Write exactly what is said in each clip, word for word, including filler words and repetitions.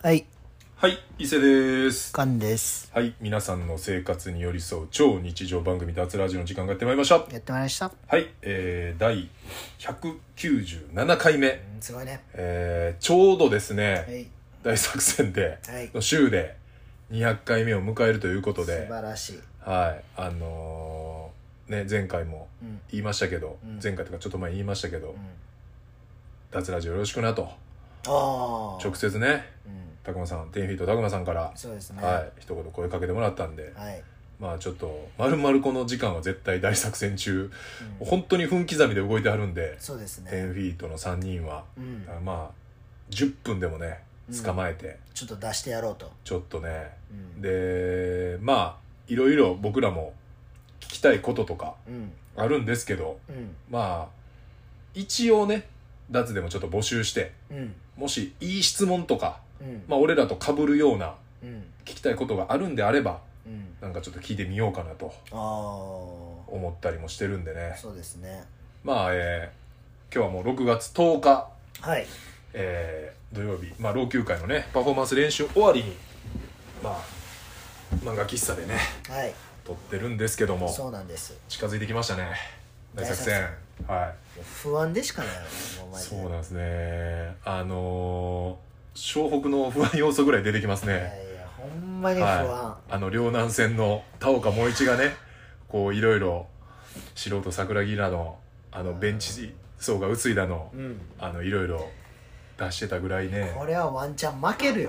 はい、 はい、伊勢です。 カンです。 はい、皆さんの生活に寄り添う超日常番組脱ラジオの時間がやってまいりました。 やってまいりました。 はい、えー、だいひゃくきゅうじゅうななかいめ、 うん、すごいね。 えー、ちょうどですね、 はい、 大作戦で、 はい、 の週でにひゃっかいめを迎えるということで、 素晴らしい。 はい、あのー、ね、前回も言いましたけど、 うん、 前回とかちょっと前に言いましたけど、 うん、 脱ラジオよろしくなと、 あ直接ね、 うん、 たくまさん、テンフィートたくまさんから、 そうですね、 はい、一言声かけてもらったんで、 はい、 まあちょっとまるまるこの時間は絶対大作戦中、 うん、 本当に分刻みで動いてはるんで、 そうですね、 テンフィートのさんにんは、 うん、 まあじゅっぷんでもね捕まえて、うん、 ちょっと出してやろうと、 ちょっとね、 うん、 でまあいろいろ僕らも聞きたいこととかあるんですけど、 うん、 まあ一応ね脱でもちょっと募集して、 うん、 もしいい質問とか、 うん、 まあ俺らと被るようなうん、 聞きたいことがあるんであれば、 うん、 なんかちょっと聞いてみようかなと思ったりもしてるんでね。 そうですね。 まあ、えー、今日はもうろくがつとおか、 はい、 えー、土曜日、まあ、老朽会のねパフォーマンス練習終わりに、まあ漫画喫茶でね、 はい、 撮ってるんですけども、 そうなんです。 近づいてきましたね、大作戦。はい、 不安でしかない。もうマジで。 そうなんですね。あのー、湘北の不安要素ぐらい出てきますね。 いやいや、ほんまに不安。 はい、あの陵南戦の田岡萌一がね、こういろいろ素人桜木らのあのベンチ層が薄いだの、うん、あのいろいろ出してたぐらいね。 これはワンチャン負けるよ。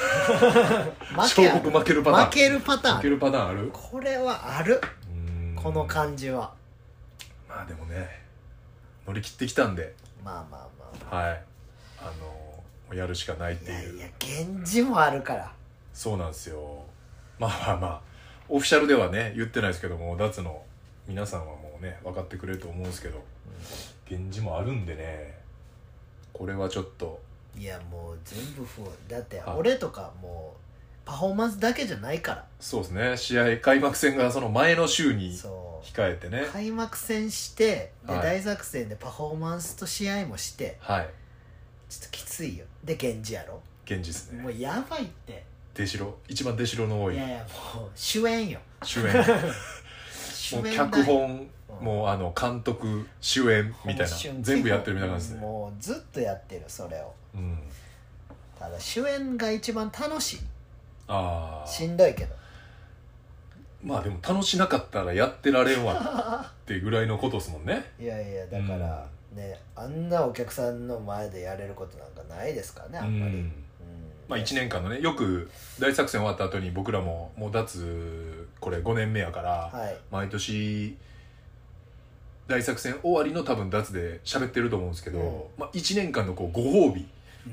湘北負けるパターン。 負けるパターン。 負けるパターンある。 これはある。この感じは。 まあでもね、乗り切ってきたんで。 まあまあまあ。 はい。あのやるしかないっていう。 いやいや、源氏もあるから。 そうなんですよ。まあまあまあオフィシャルではね言ってないですけども、脱の皆さんはもうね分かってくれると思うんですけど、源氏もあるんでね、これはちょっと。 いやもう全部不安だって、俺とかもうパフォーマンスだけじゃないから。 そうですね、試合開幕戦がその前の週に控えてね、 開幕戦してで、はい、大作戦でパフォーマンスと試合もして、はい、ちょっときついよ。で源氏やろ。 源氏ですね。 もうやばいって。 出城、一番出城の多い。 いやいやもう主演よ。 主演もう脚本、うん、もうあの監督主演みたいな全部やってるみたいな感じですね。 もうずっとやってるそれを、うん、ただ主演が一番楽しい。ああしんどいけど、 まあでも楽しなかったらやってられんわっていうぐらいのことですもんね。 いやいやだから、うん、ね、あんなお客さんの前でやれることなんかないですからね、あんまり、うん、 まあ、いちねんかんのね、よく大作戦終わった後に僕らももう脱これごねんめやから、はい、毎年大作戦終わりの多分脱で喋ってると思うんですけど、うん、まあ、いちねんかんのこうご褒美、うん、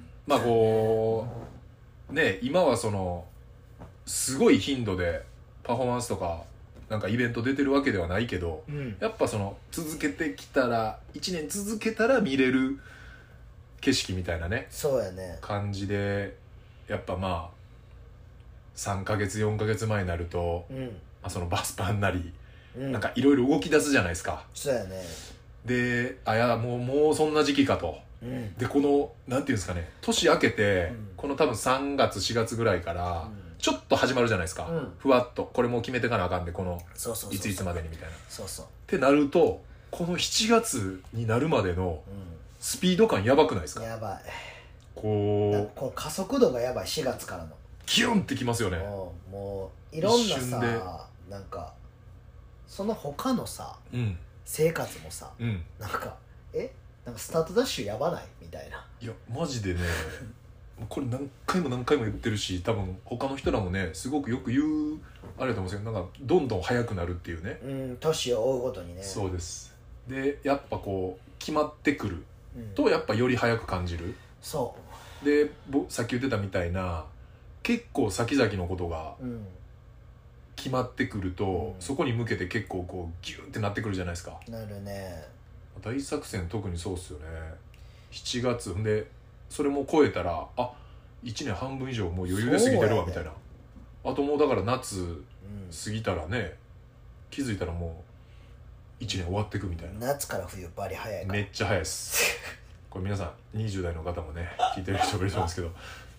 まあこうね、今はそのすごい頻度でパフォーマンスとかなんかイベント出てるわけではないけど、うん、やっぱその続けてきたらいちねん続けたら見れる景色みたいなね、 そうやね、 感じで、やっぱまあさんかげつよんかげつまえになると、うん、まあ、そのバスパンなり、うん、なんかいろいろ動き出すじゃないですか。 そうやね。 で、あやもうもうそんな時期かと、うん、でこのなんていうんですかね、年明けて、うん、この多分さんがつしがつぐらいから、うん、ちょっと始まるじゃないですか、うん、ふわっとこれもう決めてかなあかんで、このいついつまでにみたいな、 そうそうってなると、このしちがつになるまでの、うんスピード感やばくないですか。 やばい。 こうこう加速度がやばい。しがつからのギュンってきますよね。 もう、もういろんなさ、なんかその他のさ、うん、生活もさ、うん、なんかえなんかスタートダッシュやばないみたいな。 いやマジでねこれ何回も何回も言ってるし、多分他の人らもねすごくよく言うあれだと思うんですけど、なんかどんどん速くなるっていうね。 うん、年を追うごとにね。 そうです。でやっぱこう決まってくるとやっぱより早く感じる、うん、 そうでさっき言ってたみたいな結構先々のことが決まってくると、うん、そこに向けて結構こうギュンってなってくるじゃないですか。 なるね。 大作戦特にそうっすよね。しちがつでそれも超えたらあいちねんはんぶん以上もう余裕で過ぎてるわみたいな、あともうだから夏過ぎたらね、うん、気づいたらもういちねん終わっていくみたいな。 夏から冬バリ早いからめっちゃ早いですこれ皆さんにじゅう代の方もね聞いてる人もいると思うんですけど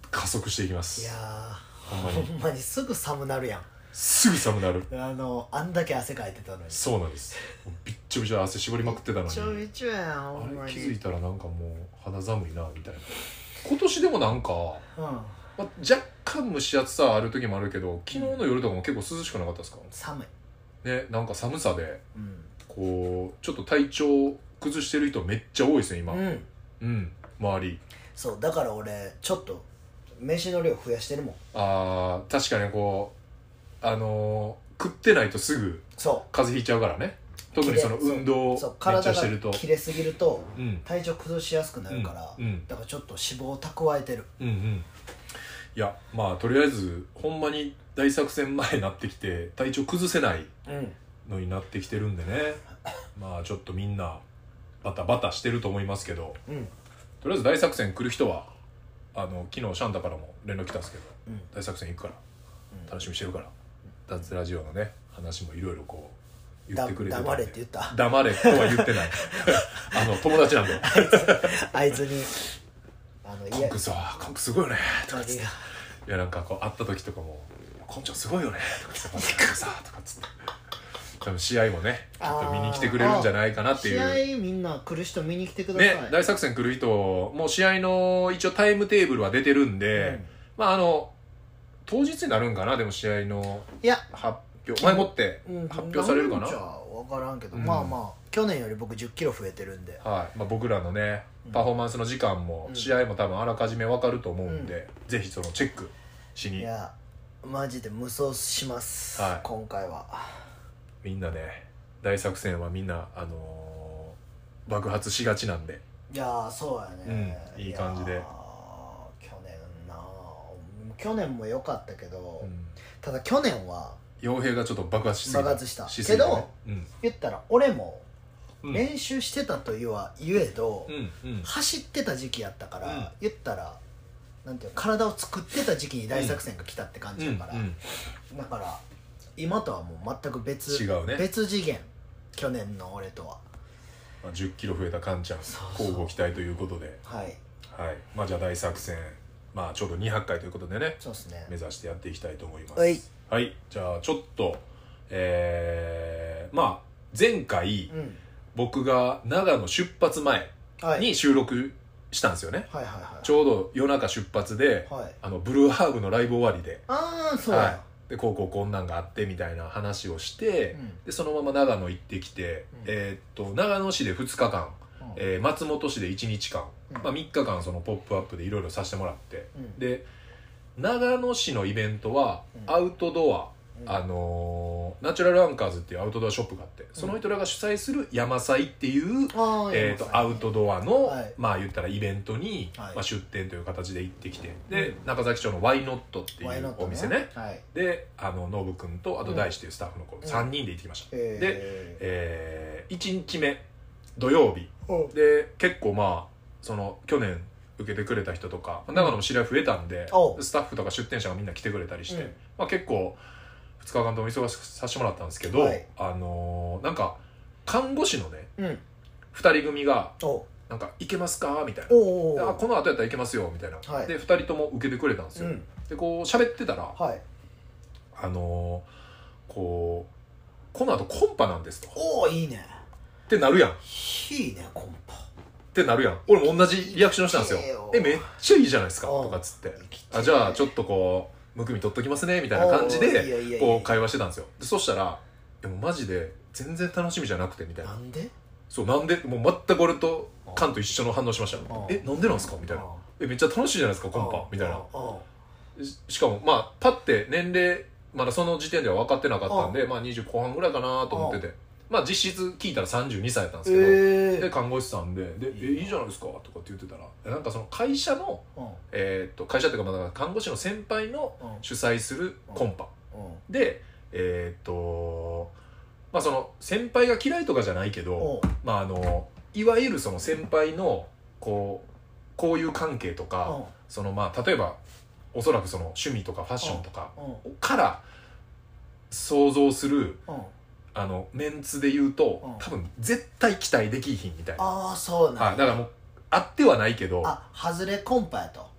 加速していきます。 いやーほんまにほんまにすぐ寒なるやん。 すぐ寒なる。 あのあんだけ汗かいてたのに。 そうなんです。びっちょびちょ汗絞りまくってたのに、 びっちょびちょやんほんまに。 あれ気づいたらなんかもう肌寒いなみたいな。今年でもなんか、うん、まあ、若干蒸し暑さある時もあるけど、昨日の夜とかも結構涼しくなかったですか？ 寒いね。なんか寒さで、うん、こうちょっと体調崩してる人めっちゃ多いですね今。うん、うん、周り。 そうだから俺ちょっと飯の量増やしてるもん。 あー確かにこうあのー、食ってないとすぐ風邪ひいちゃうからね。特にその運動をめっちゃしてると、 体が切れすぎると体調崩しやすくなるから、うんうん、だからちょっと脂肪を蓄えてる。うんうん。 いやまあとりあえずほんまに大作戦前になってきて体調崩せないのになってきてるんでね、うん、まあちょっとみんなバタバタしてると思いますけど、うん、とりあえず大作戦来る人はあの昨日シャンタからも連絡来たんですけど、うん、大作戦行くから、うん、楽しみにしてるから、うん、脱ラジオのね話もいろいろこう言ってくれてたんで。黙れって言った？黙れとは言ってないあの友達なんであいつにあのコンクさコンクすごいよねとかつって、いやなんかこう会った時とかもコンちゃんすごいよねとかつってさとかつって多分試合もねちょっと見に来てくれるんじゃないかなっていう。 試合みんな来る人見に来てくださいね。大作戦来る人もう試合の一応タイムテーブルは出てるんで、うん、まああの当日になるんかな。でも試合の発表前もって発表されるかな。 じゃあ分からんけど、うん、まあまあ去年より僕じゅっキロ増えてるんで、 はいまあ、僕らのねパフォーマンスの時間も試合も多分あらかじめ分かると思うんで、うん、ぜひそのチェックしに。 いやマジで無双します、はい、今回はみんなね大作戦はみんな、あのー、爆発しがちなんで。 いやそうやね、 うん、いい感じで。 去年な去年も良かったけど、うん、ただ去年は傭兵がちょっと爆発しすぎた爆発したしすぎた、ね、けど、うん、言ったら俺も練習してたというは言えど、うんうん、走ってた時期やったから、うん、言ったらなんていう体を作ってた時期に大作戦が来たって感じやから、うんうんうん、だから今とはもう全く別違うね。 別次元去年の俺とは、 まあ、じゅっキロ増えたカンちゃん交互期待ということで、はい、はい、まあじゃあ大作戦まあちょうどにひゃっかいということでね、 そうですね、 目指してやっていきたいと思います。 はい、 はい、じゃあちょっとえー、まあ前回、うん、僕が長野出発前に収録したんですよね、はいはいはいはい、ちょうど夜中出発で、はい、あのブルーハーブのライブ終わりで、 ああそうだ、はい、 でこうこうこんなんがあってみたいな話をして、うん、でそのまま長野行ってきて、うん、えー、っと長野市でふつかかん、うん、えー、松本市でいちにちかん、うん、まあ、みっかかんそのポップアップでいろいろさせてもらって、うん、で長野市のイベントはアウトドア、うん、あのー、ナチュラルアンカーズっていうアウトドアショップがあって、その人らが主催する山祭っていう、うん、えー、とアウトドアの、はい、まあ言ったらイベントに、はい、まあ、出店という形で行ってきて、で、うん、中崎町のワイノットっていうお店ね、はい、であのノブ君とあと大志っていうスタッフの子、うん、さんにんで行ってきました、うん、で、えー、いちにちめ土曜日、うん、で結構まあその去年受けてくれた人とか、長野も知り合い増えたんで、うん、スタッフとか出店者がみんな来てくれたりして、うん、まあ、結構ふつかかんとも忙しくさせてもらったんですけど、はい、あのー、なんか看護師のね、うん、ふたり組がなんか行けますかみたいな、おあこの後やったら行けますよみたいな、はい、でふたりとも受けてくれたんですよ、うん、でこう喋ってたら、はい、あのー、こうこの後コンパなんですと。 おーいいねってなるやん。 いいねコンパってなるやん。俺も同じリアクションしたんですよ。えめっちゃいいじゃないですかとかっつって、あじゃあちょっとこうむくみ取っときますねみたいな感じでこう会話してたんですよ。でそしたらでもマジで全然楽しみじゃなくてみたいな。 なんで？そうなんでもう全く俺とカンと一緒の反応しました。えなんでなんですかみたいな。えめっちゃ楽しいじゃないですかコンパみたいな。しかもまあパッて年齢まだその時点では分かってなかったんで、まあにじゅうこう半ぐらいかなと思ってて、まあ実質聞いたらさんじゅうにさいだったんですけど、えー、で看護師さんで「でえいいじゃないですか」とかって言ってたら、なんかその会社の、うん、えー、っと会社っていうかまだ看護師の先輩の主催するコンパ、うんうん、でえー、っとまあその先輩が嫌いとかじゃないけど、まああのいわゆるその先輩のこう交友関係とか、そのまあ例えばおそらくその趣味とかファッションとかから想像する、あのメンツで言うと、うん、多分絶対期待できひんみたいな。 ああそうなん、 はい、だからもうあってはないけど、 あ外れコンパやと。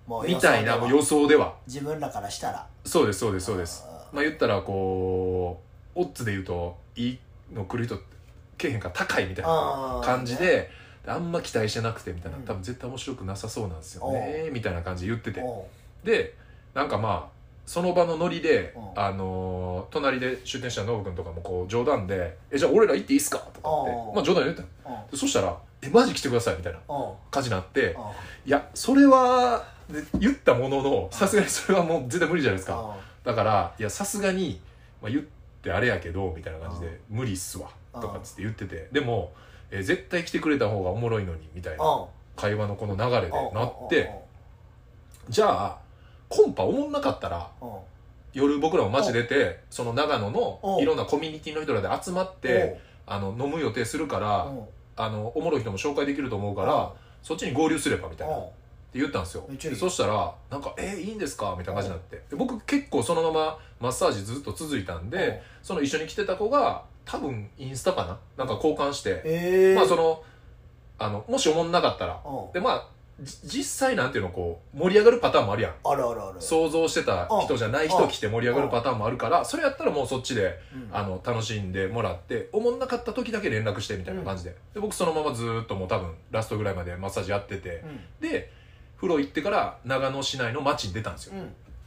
みたいな予想では自分らからしたらそうですそうですそうです。まあ言ったらこうオッズで言うといいの来る人けえへんから高いみたいな感じで あ, あんま期待してなくてみたいな、多分絶対面白くなさそうなんですよねみたいな感じで言ってて、でなんかまあその場のノリで、あのー、隣で出店したノブ君とかもこう冗談で「えじゃあ俺ら行っていいっすか?」とかってまあ冗談で言ったの。そしたら「えマジ来てください」みたいな感じになって、いやそれは言ったもののさすがにそれはもう絶対無理じゃないですか。だからいやさすがに、まあ、言ってあれやけどみたいな感じで「無理っすわ」とかっつって言ってて、でも、えー、絶対来てくれた方がおもろいのにみたいな会話のこの流れでなって、じゃあコンパおもんなかったら夜僕らも街出てその長野のいろんなコミュニティの人らで集まってあの飲む予定するからあのおもろい人も紹介できると思うからそっちに合流すればみたいなって言ったんですよ。でそしたらなんか「えー、いいんですか?」みたいな感じになって、で僕結構そのままマッサージずっと続いたんで、その一緒に来てた子が多分インスタかななんか交換して、えー、まあそのあのもしおもんなかったらでまあ実際なんていうのこう盛り上がるパターンもあるやん。 あるあるある。 想像してた人じゃない人来て盛り上がるパターンもあるから、それやったらもうそっちで、うん、あの楽しんでもらっておもんなかった時だけ連絡してみたいな感じで、うん、で僕そのままずーっともう多分ラストぐらいまでマッサージやってて、うん、で風呂行ってから長野市内の街に出たんですよ、うん、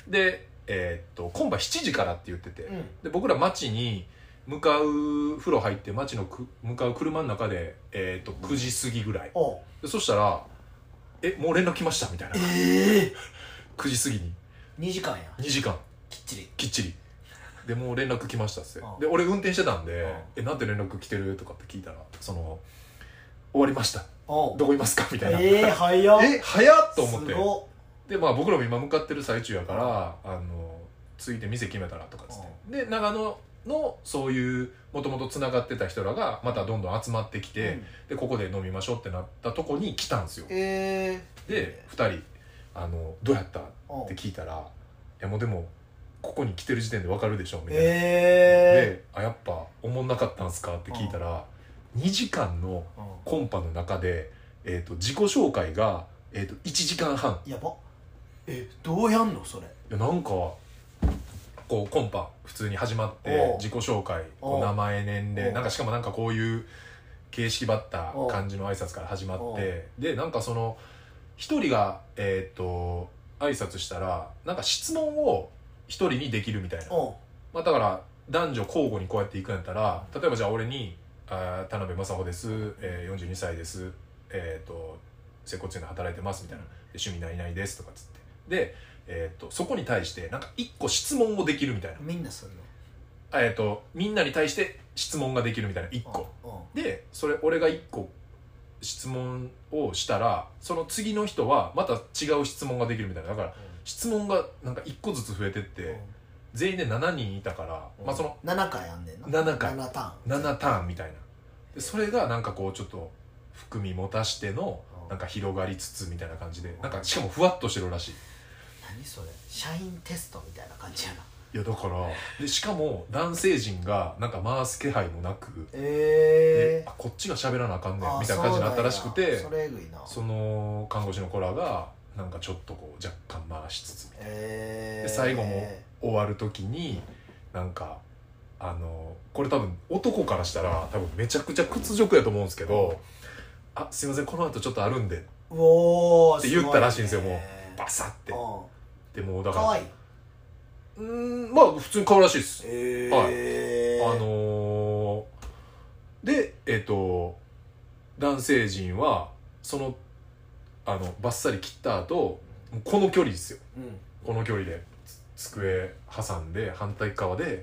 で、えー、っと今晩しちじからって言ってて、うん、で僕ら街に向かう風呂入って街のく向かう車の中で、えー、っとくじ過ぎぐらい、うん、でそしたらえもう連絡来ましたみたいな、えー、くじ過ぎににじかんやにじかんきっちりきっちりでもう連絡来ましたっつって、で俺運転してたんで「えなんて連絡来てる?」とかって聞いたら「その終わりましたどこいますか?」みたいな。 えー、早っえ早っと思ってでまあ僕らも今向かってる最中やからあの着いて店決めたらとかっつってで長野のそういうもともとつながってた人らがまたどんどん集まってきて、うん、でここで飲みましょうってなったとこに来たんですよ、えー、でふたりあの「どうやった?」って聞いたら「いやもうでもここに来てる時点で分かるでしょ」みたいな、えー、で「あやっぱおもんなかったんすか?」って聞いたら、うん、にじかんのコンパの中で、えー、と自己紹介が、えー、といちじかんはん。 やばえどうやんのそれ。いやなんかこうコンパ普通に始まって自己紹介こう名前年齢なんかしかもなんかこういう形式ばった感じの挨拶から始まってでなんかその一人がえっと挨拶したらなんか質問を一人にできるみたいな、まあ、だから男女交互にこうやっていくんやったら例えばじゃあ俺にあ田辺正穂です、えー、よんじゅうにさいですえっと接骨院で働いてますみたいなで趣味何々ですとかっつってでえー、とそこに対してなんか一個質問をできるみたいなみんなするの、 えー、とみんなに対して質問ができるみたいな一個でそれ俺が一個質問をしたらその次の人はまた違う質問ができるみたいなだから、うん、質問がなんか一個ずつ増えてって、うん、全員でしちにんいたから、うん、まあそのななかいあんねんなななかいななターンななターンみたいなでそれがなんかこうちょっと含み持たしてのなんか広がりつつみたいな感じでなんかしかもふわっとしてるらしい。 何それ社員テストみたいな感じやな。 いやだからでしかも男性陣がなんか回す気配もなく、 えー、あこっちが喋らなあかんねんみたいな感じになったらしくてそ, それえぐいな。 その看護師の子らがなんかちょっとこう若干回しつつみたいな、えー、で最後も終わる時になんかあのこれ多分男からしたら多分めちゃくちゃ屈辱やと思うんですけど、うん、あすいませんこの後ちょっとあるんでって言ったらしいんですよ。もうバサって、うんでもだからかわいいうんまあ普通に可愛らしいです、 えー、はいあのー、でえっ、ー、と男性陣はそのあのバッサリ切った後この距離ですよ、うん、この距離で机挟んで反対側で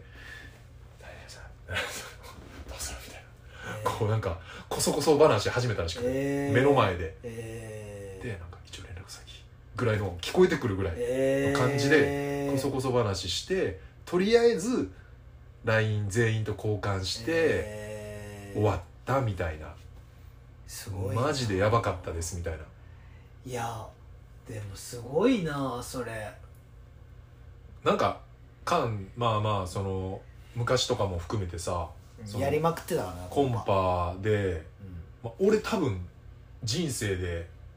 「大変さんどうする?」みたいな、えー、こうなんかこそこそ話始めたらしくて、えー、目の前で、えー、でなんか一応連絡先ぐらいの聞こえてくるぐらいの感じでこそこそ話してとりあえず ライン 全員と交換して終わったみたいな、 すごいマジでやばかったですみたいな。 いやでもすごいなそれ。 なんかかんまあまあその昔とかも含めてさやりまくってたかなコンパで、うんまあ、俺多分人生で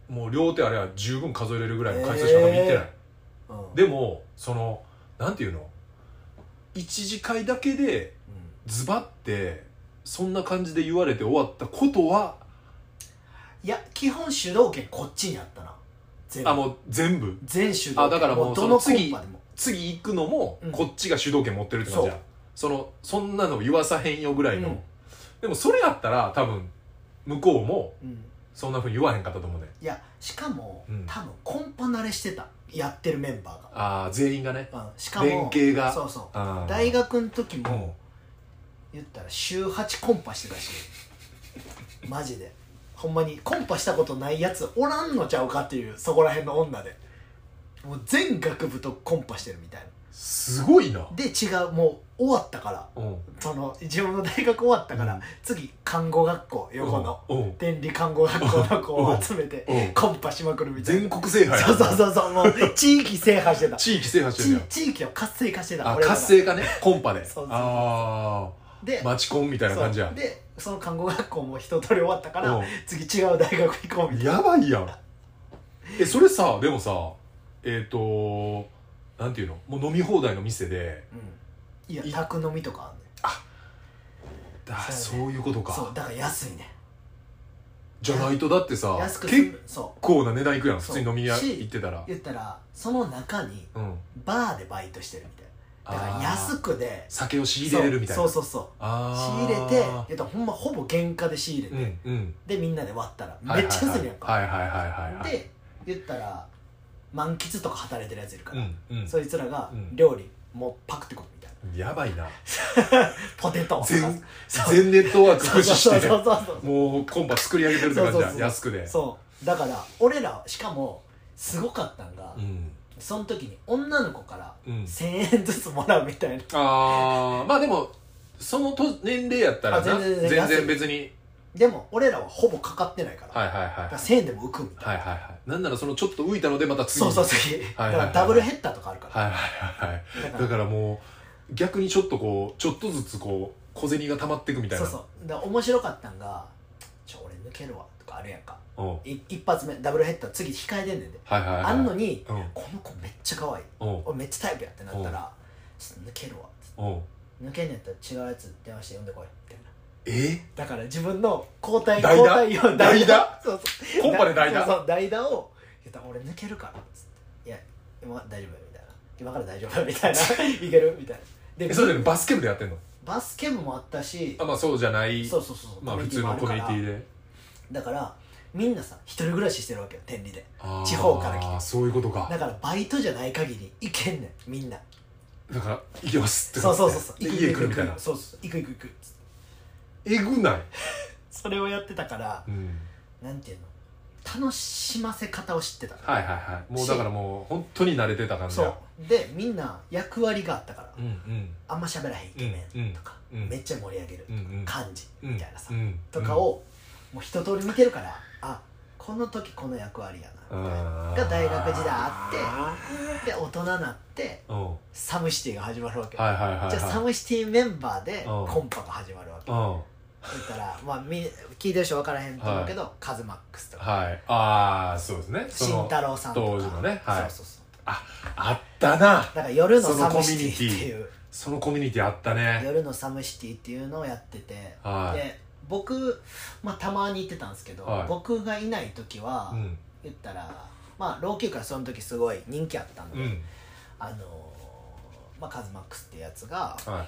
もう両手あれは十分数えれるぐらいの回数しか多分行ってない、えーうん、でもそのなんていうの一次会だけでズバってそんな感じで言われて終わったことは、 いや基本主導権こっちにあったな。 全部あもう全部全主導権。 あだからもうその次次行くのもこっちが主導権持ってるって感じや、うん、そのそんなの言わさへんよぐらいの、うん、でもそれやったら多分向こうもそんなふうに言わへんかったと思うね。 いやしかも、うん、多分コンパ慣れしてたやってるメンバーがああ全員がね、 うん、しかも連携がそうそう大学の時も、うん、言ったら週はちコンパしてたしマジでほんまにコンパしたことないやつおらんのちゃうかっていう、そこら辺の女でもう全学部とコンパしてるみたいな。 すごいな。 で違うもう終わったから、うん、その自分の大学終わったから、うん、次看護学校横の、うん、天理看護学校の子を集めて、うん、コンパしまくるみたいな。 全国制覇や。 そうそうそうそうもう地域制覇してた地域制覇してるやん。 地域を活性化してた。 あ活性化ねコンパで。 そうそうそうああでマチコンみたいな感じやん。 でその看護学校も一通り終わったから、うん、次違う大学行こうみたいな。 やばいやん。えそれさでもさえっ、ー、となんていうのもう飲み放題の店で、 うん、いや宅飲みとかあんねん。 あだそう、ね、そういうことか。 そうだから安いね。 じゃないとだってさ安く結構な値段いくやん普通に飲み屋行ってたら。 言ったらその中にバーでバイトしてるみたいな、だから安くで酒を仕入れれるみたいな。 そうそうそう仕入れて言ったらほんまほぼ原価で仕入れて、うんうん、でみんなで割ったらめっちゃ安いやんか。 はいはいはいはいはい。 で言ったら満喫とか働いてるやついるから、 うんうん、 そいつらが料理もうパクってくるみたいな。やばいなポテト全全ネットワーク駆使してもうコンパ作り上げてるって感じだ。安くで。 そうだから俺らしかもすごかったんが、うん、その時に女の子からせんえんずつもらうみたいな、うん、 あまあでもそのと年齢やったらな全然全然全然別に。 でも俺らはほぼかかってないから、 はいはいはい、だからせんえんでも浮くみたいな。 はいはいはい。なんならそのちょっと浮いたのでまた次そうそう次、はいはいはい、だからダブルヘッダーとかあるから。 はいはいはい。だから、だからもう逆にちょっとこうちょっとずつこう小銭が溜まっていくみたいな。 そうそうだから面白かったんがちょ俺抜けるわとかあるやんか。い一発目ダブルヘッダー次控えてんねんで、 はいはいはい、 あんのに、 うん、 この子めっちゃ可愛い俺めっちゃタイプやってなったらちょっと抜けるわって抜けんねやったら違うやつ電話して呼んでこいみたいな。 えだから自分の交代代打交代代打そうそうコンパで代打そうそう代打を言ったら俺抜けるからっつっていや今大丈夫みたいな今から大丈夫みたいないけるみたいな。 でそれでバスケ部でやってんの。 バスケ部もあったしあまあそうじゃないそうそうそうまあ普通のコミュニティでだからみんなさ一人暮らししてるわけよ天理で地方から来て。 ああそういうことか。 だからバイトじゃない限り行けんねんみんな。 だから行けますってそうそうそうそう家来るみたいな。 そうそう行く行く行くっつってえぐないそれをやってたから、うん、なんていうの楽しませ方を知ってた。 はいはいはい。もうだからもう本当に慣れてた感じや。 そうでみんな役割があったから、 うんうん、 あんま喋らへんイケメンとか、うんうん、めっちゃ盛り上げる感じみたいなさ、 うんうん、 とかをもう一通り見てるからあこの時この役割やなみたいなが大学時代あってで大人になってサムシティが始まるわけ、 はいはいはいはい、 じゃあサムシティメンバーでコンパが始まるわけ。言ったら、まあ、み聞いてる人分からへんと思うけど、はい、カズマックスとか、 はい、ああそうですね慎太郎さんとか当時のね、はい、 そうそうそうああったな。 だから夜のサムシティっていうそのコミュニティあったね。 夜のサムシティっていうのをやってて、はい、で僕、まあ、たまに行ってたんですけど、はい、僕がいない時は、うん、言ったらまあ老朽化その時すごい人気あったんで、うん、あのまあカズマックスってやつが、はい、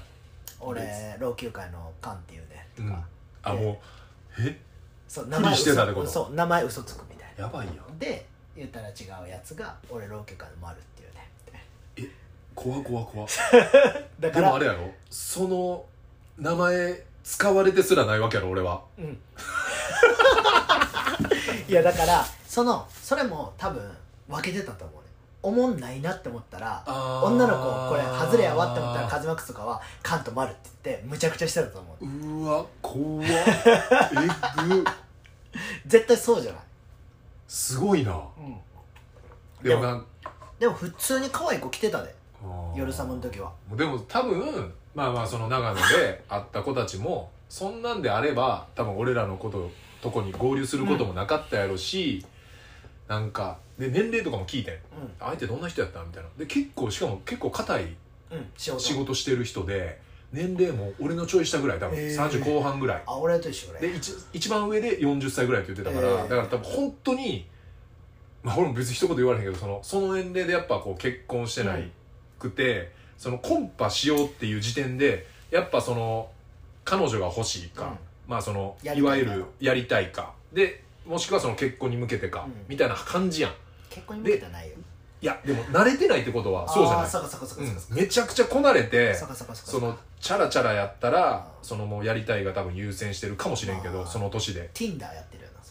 俺老朽化のカンっていうねとか、 うん、あもうえそう名前してたってこと。 そう名前嘘つくみたいな。 やばいやん。 で言ったら違うやつが俺老朽化の丸っていうね。 え怖怖怖だからでもあれやろその名前使われてすらないわけやろ俺は。うんいやだからそのそれも多分分けてたと思うね。おもんないなって思ったら女の子これ外れやわって思ったらカズマックスとかはカンとマルって言ってむちゃくちゃしてたと思う。 うわ怖っえぐ絶対そうじゃない。 すごいな、うん、 でもでも、でも普通に可愛い子来てたで夜サムの時は。 でも多分まあまあその長野で会った子たちもそんなんであれば多分俺らのこととこに合流することもなかったやろし、 なんかで年齢とかも聞いてん、うん、相手どんな人やったみたいなで結構しかも結構硬い仕事、仕事してる人で年齢も俺のちょい下ぐらい多分、えー、さんじゅうこう半ぐらいあ俺と一緒ぐらいで 一, 一番上でよんじゅっさいぐらいって言ってたから、えー、だから多分本当にまあ俺も別に一言言われへんけどそのその年齢でやっぱこう結婚してないくて、うん、そのコンパしようっていう時点でやっぱその彼女が欲しいか、うん、まあそのいわゆるやりたいかでもしくはその結婚に向けてか、うん、みたいな感じやん。 結婚に向けてはないよ。 いやでも慣れてないってことはそうじゃない。 そかそかそかそか、 うん、めちゃくちゃこなれてそのチャラチャラやったらそのもうやりたいが多分優先してるかもしれんけどその年で Tinder やってるよな。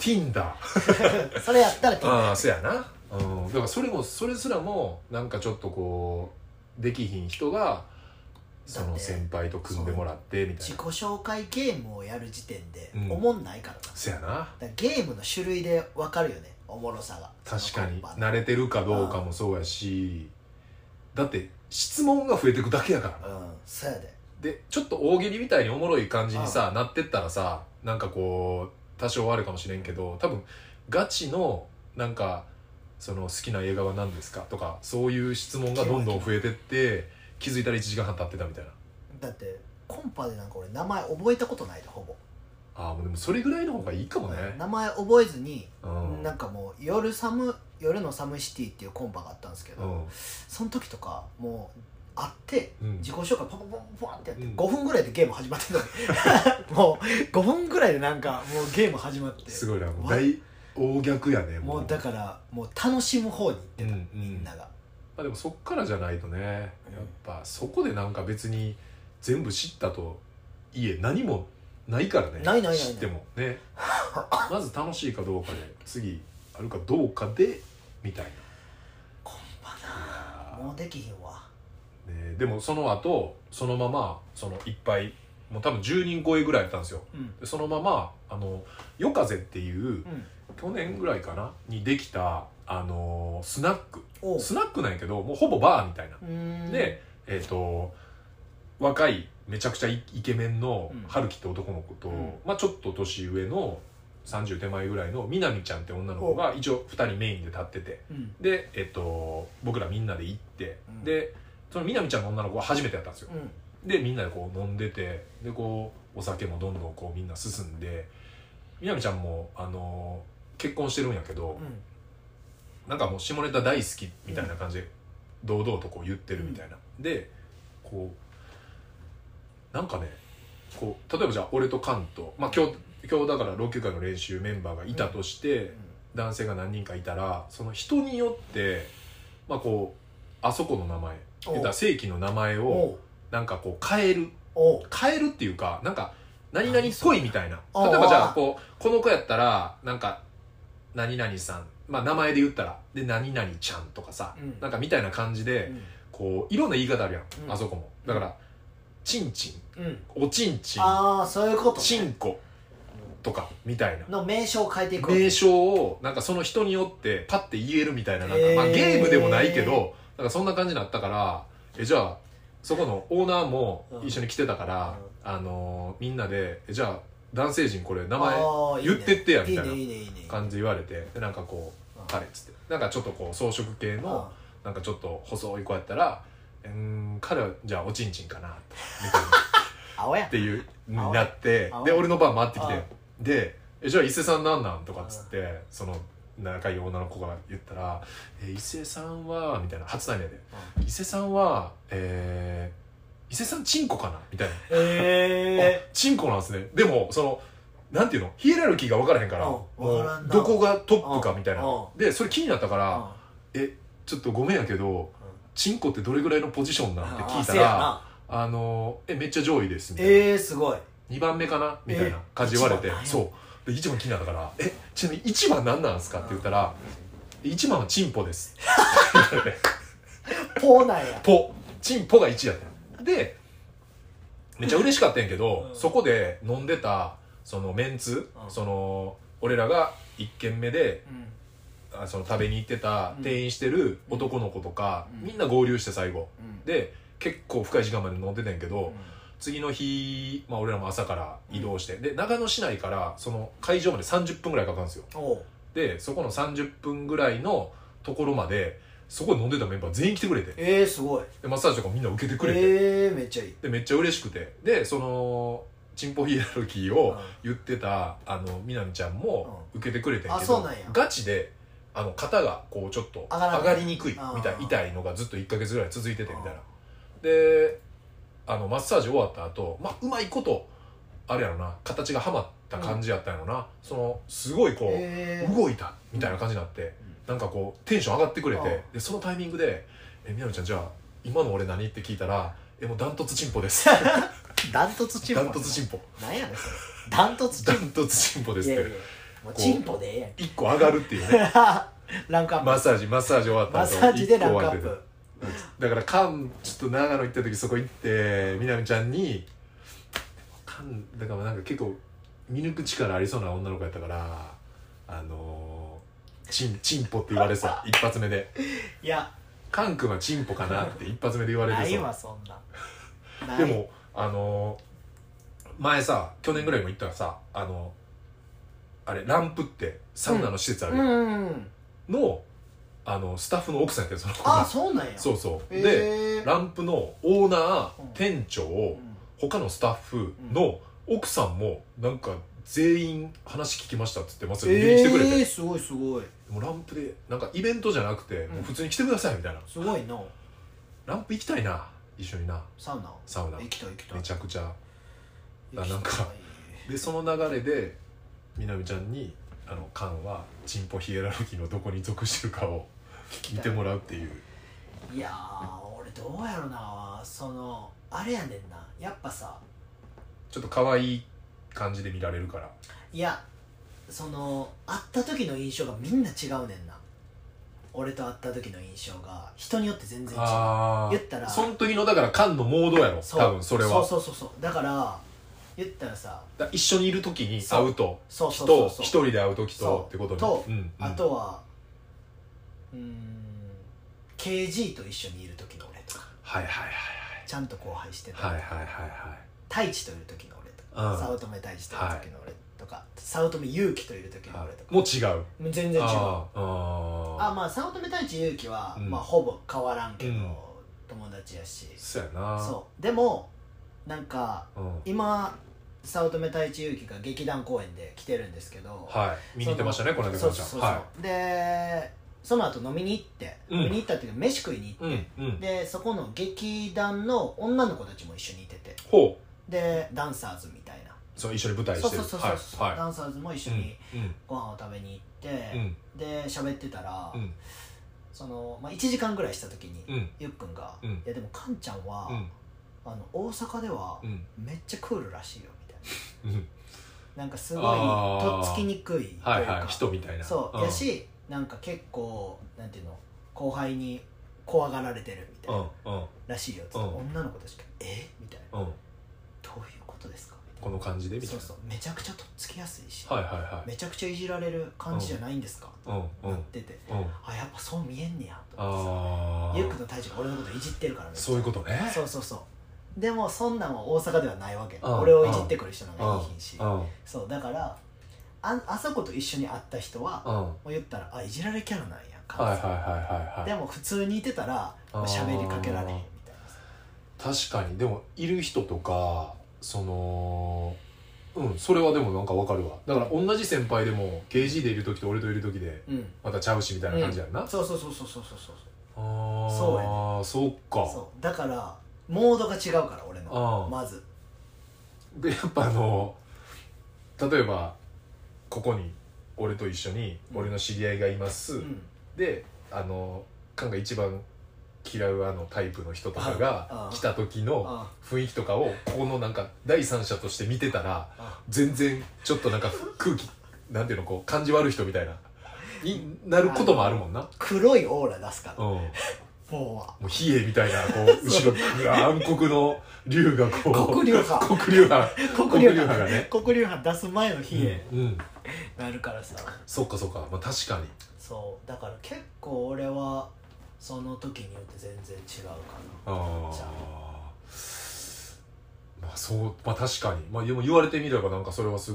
Tinder それやったら Tinder ああそうやな、うん、だからそれもそれすらもなんかちょっとこうできひん人がその先輩と組んでもらってみたいな自己紹介ゲームをやる時点でおもんないからな、 うん、そうやな。 だからゲームの種類で分かるよねおもろさが。 確かに慣れてるかどうかもそうやしだって質問が増えていくだけやから。 うんそうやで。 でちょっと大喜利みたいにおもろい感じにさなってったらさなんかこう多少あるかもしれんけど多分ガチのなんかその好きな映画は何ですかとかそういう質問がどんどん増えてって気づいたらいちじかんはん経ってたみたいな。 だってコンパでなんか俺名前覚えたことないでほぼ。 ああでもそれぐらいの方がいいかもね。 名前覚えずに、うん、なんかもう夜サム夜のサムシティっていうコンパがあったんですけど、うん、その時とかもう会って、うん、自己紹介ポンポンポンってやって、うん、ごふんぐらいでゲーム始まってたのにもうごふんぐらいでなんかもうゲーム始まってすごいなもう大大逆やね。 もう、もうだからもう楽しむ方に行ってた、うん、みんなが。 まあ、でもそっからじゃないとねやっぱそこでなんか別に全部知ったといえ何もないからね。 ないないないない知ってもねまず楽しいかどうかで次あるかどうかでみたいな。 コンパなもうできひんわ、 ね、でもその後そのままそのいっぱいもう多分じゅうにん超えぐらいやったんですよ、うん、でそのままあの夜風っていう、うん、去年ぐらいかなにできたあのー、スナックスナックなんやけどもうほぼバーみたいなでえっ、ー、と若いめちゃくちゃイケメンの春樹って男の子と、うん、まあちょっと年上のさんじゅう手前ぐらいのみなみちゃんって女の子が一応ふたりメインで立ってて、うん、で、えっと、僕らみんなで行って、うん、でそのみなみちゃんの女の子は初めてやったんですよ、うん、でみんなでこう飲んでてでこうお酒もどんどんこうみんな進んでみなみちゃんも、あのー、結婚してるんやけど、うん、なんかもう下ネタ大好きみたいな感じで堂々とこう言ってるみたいな、うん、でこうなんかねこう例えばじゃあ俺とカンと、まあ、今日今日だから老朽化の練習メンバーがいたとして、うん、男性が何人かいたらその人によってまあこうあそこの名前言ったら正規の名前をなんかこう変える変えるっていうかなんか何々っぽいみたいな。例えばじゃあこうこの子やったらなんか何々さんまあ名前で言ったらで何々ちゃんとかさ、うん、なんかみたいな感じで、うん、こういろんな言い方あるやん、うん、あそこもだから、ちんちん、うん、おちんちん、 ああそういうこと、ね、 ちんことかみたいなの名称を変えていく名称をなんかその人によってパッて言えるみたいな、なんか、まあ、ゲームでもないけどなんかそんな感じになったからえじゃあそこのオーナーも一緒に来てたから、うん、あのー、みんなでえじゃあ男性陣これ名前言ってってやみたいな感じ言われてでなんかこう彼っつってなんかちょっとこう装飾系のなんかちょっと細い子やったらうん彼はじゃあおちんちんかなみたいな青やっていうになってで俺の番回ってきてでえじゃあ伊勢さんなんなんとかっつってその仲いい女の子が言ったら「え伊勢さんは」みたいな初対面で「伊勢さんはえー、伊勢さんチンコかな?」みたいな「えー、チンコなんですね」でもそのなんていうのヒエラルキーが分からへんからもうどこがトップかみたいなでそれ気になったから「えちょっとごめんやけどチンコってどれぐらいのポジションなん?」って聞いたら「あのえめっちゃ上位です」みたいなえー、すごいにばんめかなみたいな感じ言われてそうでいちばん気になったから「えちなみにいちばん何なんですか?」って言ったら「いちばんはチンポです」 ポなんやポチンポがいちやったでめっちゃ嬉しかったんやけど、うん、そこで飲んでたそのメンツ、うん、その俺らがいっけんめで、うん、その食べに行ってた店員してる男の子とか、うん、みんな合流して最後、うん、で結構深い時間まで飲んでたんやけど、うん次の日、まあ、俺らも朝から移動して、うん、で長野市内からその会場までさんじゅっぷんぐらいかかるんですよでそこのさんじゅっぷんぐらいのところまでそこで飲んでたメンバー全員来てくれて、 えー、すごい。 でマッサージとかみんな受けてくれて、 えー、めっちゃいい。 でめっちゃ嬉しくて、でそのチンポヒエラルキーを言ってた、うん、あのみなみちゃんも受けてくれてんけど、うん、ガチであの肩がこうちょっと上がりにくいみたい痛いのがずっといっかげつぐらい続いててみたいな。であのマッサージ終わった後、まあうまいことあれやろな形がはまった感じやったんやろな、うん、そのすごいこう、えー、動いたみたいな感じになって、うん、なんかこうテンション上がってくれて、うん、でそのタイミングで「えみなみちゃんじゃあ今の俺何?」って聞いたら「えもうダントツチンポです」 ダントツチンポダントツチンポなんやねんそれダントツチンポダントツチンポですって。いやいやもうチンポでええやんいっこ上がるっていうねランクアップマッサージマッサージ終わった後マッサージでランクアップだからカンちょっと長野行った時そこ行ってみなみちゃんにカンだからなんか結構見抜く力ありそうな女の子やったからあのー、チンチンポって言われそう一発目でいやカン君はチンポかなって一発目で言われてそうないわそんなでもあのー、前さ去年ぐらいも行ったらさあのあれランプってサウナの施設あるやん、うんうん、のあのスタッフの奥さんやってるその子があそうなんやそうそうでランプのオーナー、うん、店長、うん、他のスタッフの奥さんもなんか全員話聞きましたっつってますよ、見に来てくれて、 えー、すごいすごいもうランプでなんかイベントじゃなくて、うん、もう普通に来てくださいみたいなすごいなランプ行きたいな一緒になサウナサウナ行きたい行きたいめちゃくちゃなんかでその流れでみなみちゃんにあのカンはチンポヒエラルキーのどこに属してるかを見てもらうっていう。 いやー俺どうやろなそのあれやねんなやっぱさちょっと可愛い感じで見られるからいやその会った時の印象がみんな違うねんな俺と会った時の印象が人によって全然違う言ったらその時のだからカンのモードやろ多分それはそうそうそうそうだから言ったらさだ一緒にいる時に会うとと一人で会う時とってことねと、うんうん、あとはうーん ケージー と一緒にいる時の俺とかはいはいはいはいちゃんと後輩してたはいはいはいはい太一といる時の俺とか、うん、早乙女太一といる時の俺とか、はい、早乙女勇気といる時の俺とかもう違う全然違うああまあ早乙女太一勇気は、うん、まあほぼ変わらんけど、うん、友達やしそうやなそうでもなんか、うん、今早乙女太一勇気が劇団公演で来てるんですけどはい見に行ってましたねこの間そうそうそうそう、はい、でその後飲みに行って、うん、飲みに行ったっていうか飯食いに行って、うんうん、でそこの劇団の女の子たちも一緒にいててほうでダンサーズみたいなそう一緒に舞台してるそうそうそうそう、はい、ダンサーズも一緒にご飯を食べに行って、うん、で喋ってたら、うん、その、まあ、いちじかんぐらいした時に、うん、ゆっくんが、うん、いやでもカンちゃんは、うん、あの大阪ではめっちゃクールらしいよみたいな、うん、なんかすごいとっつきにくいというか、 はいはい、人みたいなそう、うん、やしなんか結構なんていうの後輩に怖がられてるみたいな、うんうん、らしいよって、うん、女の子たちが「えみたいな、うん、どういうことですか?」みたいなこの感じでみたいなそうそうめちゃくちゃとっつきやすいし、 はいはいはい、 めちゃくちゃいじられる感じじゃないんですか、うん、となってて、うん、あやっぱそう見えんねやと思ってさゆっくんの太一が俺のこといじってるからねそういうことねそうそうそうでもそんなんは大阪ではないわけ、うん、俺をいじってくる人なんかいいひんし、うん、そうだからあ, あそこと一緒に会った人は、うん、もう言ったらあいじられキャラなんやはいはいはいはいはいでも普通にいてたら喋りかけられへんみたいな確かにでもいる人とかそのうんそれはでもなんか分かるわだから同じ先輩でも ケージー でいる時と俺といる時でまたちゃうしみたいな感じやんな、 うん、そうそうそうそうそうそうそうああそうやねそうかそうだからモードが違うから俺のまずでやっぱあの例えばここに俺と一緒に俺の知り合いがいます、うん、であのカンが一番嫌うあのタイプの人とかが来た時の雰囲気とかをここのなんか第三者として見てたら全然ちょっとなんか空気なんていうのこう感じ悪い人みたいなになることもあるもんな黒いオーラ出すから、うん、もうもう冷えみたいなこう後ろ暗黒の竜がこう黒竜派黒竜派黒竜派がね黒竜派出す前の冷え、うんうん、なるからさそっかそっか、まあ、確かにそうだから結構俺はその時によって全然違うかなあじゃあまあそうまあ確かにまあでも言われてみればなんかそれはすごい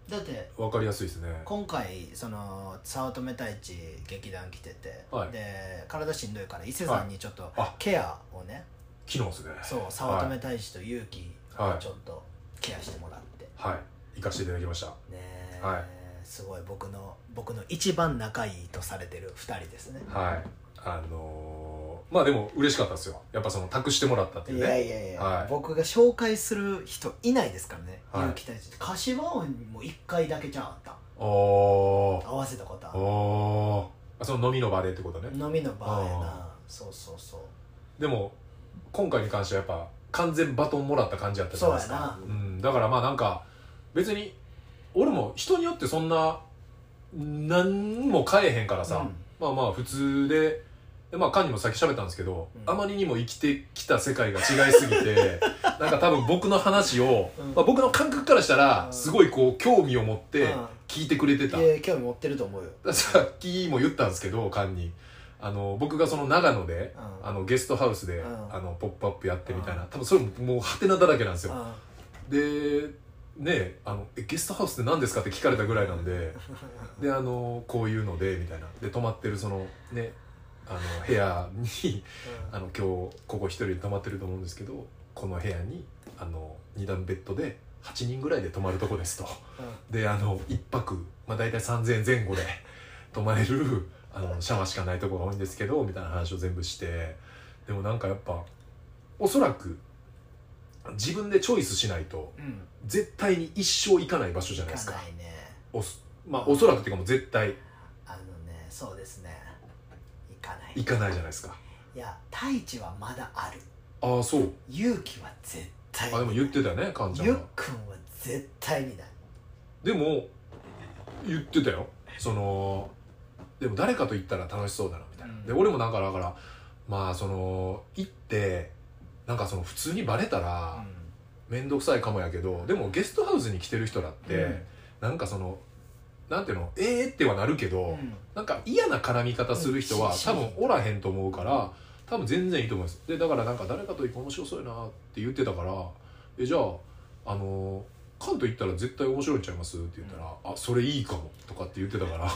だって分かりやすいですね。 今回その早乙女太一劇団来てて、はい、で体しんどいから伊勢さんにちょっとケアをね、 昨日ですね。 そう早乙女太一と勇気をちょっとケアしてもらってはい、はい、行かせていただきましたね。 はい、 すごい僕の僕の一番仲いいとされてるふたりですね。 はい、あのー、まあでも嬉しかったですよ。やっぱその託してもらったっていうね。 いやいやいや、はい、僕が紹介する人いないですからね。 はい、 勇気太一って柏音もいっかいだけじゃんあった。 合わせたことある。 あその飲みの場でってことね。 飲みの場やな。そうそうそう。 でも今回に関してはやっぱ完全バトンもらった感じやったじゃないですか。そうやな、うん、だからまあなんか別に俺も人によってそんな何も変えへんからさ、うん、まあまあ普通で、でまあカンにもさっき喋ったんですけど、うん、あまりにも生きてきた世界が違いすぎてなんか多分僕の話を、うん、まあ、僕の感覚からしたらすごいこう興味を持って聞いてくれてた。 いや興味持ってると思うよ。 さっきも言ったんですけどカンにあの僕がその長野で、うん、あのゲストハウスで、うん、あのポップアップやってみたいな、多分それももうハテナだらけなんですよ、うん、でねあのえゲストハウスって何ですかって聞かれたぐらいなんでであのこういうのでみたいなで泊まってるそのねあの部屋に、うん、あの今日ここ一人で泊まってると思うんですけど、この部屋にあのに段ベッドではちにんぐらいで泊まるとこですと、うん、であのいっぱく、まあ、大体さんぜんえんぜん後で泊まれるあのシャワーしかないとこが多いんですけどみたいな話を全部して、でもなんかやっぱおそらく自分でチョイスしないと、うん、絶対に一生行かない場所じゃないですか。行かないね。おまあおそらくっていうかもう絶対あのねそうですね行かない行かないじゃないですか。 いや太一はまだある。 ああそう。 勇気は絶対にない。 あでも言ってたよねカンちゃんが。ゆっくんは絶対にない。 でも言ってたよ。そのでも誰かと行ったら楽しそうだなみたいな、うん、で俺もなんかだからまあその行ってなんかその普通にバレたら面倒くさいかもやけど、でもゲストハウスに来てる人だって、うん、なんかそのなんていうのええー、ってはなるけど、うん、なんか嫌な絡み方する人は多分おらへんと思うから多分全然いいと思います。でだからなんか誰かと行く面白そうやなって言ってたから、えじゃああのカンと行ったら絶対面白いんちゃいますって言ったら、うん、あそれいいかもとかって言ってたから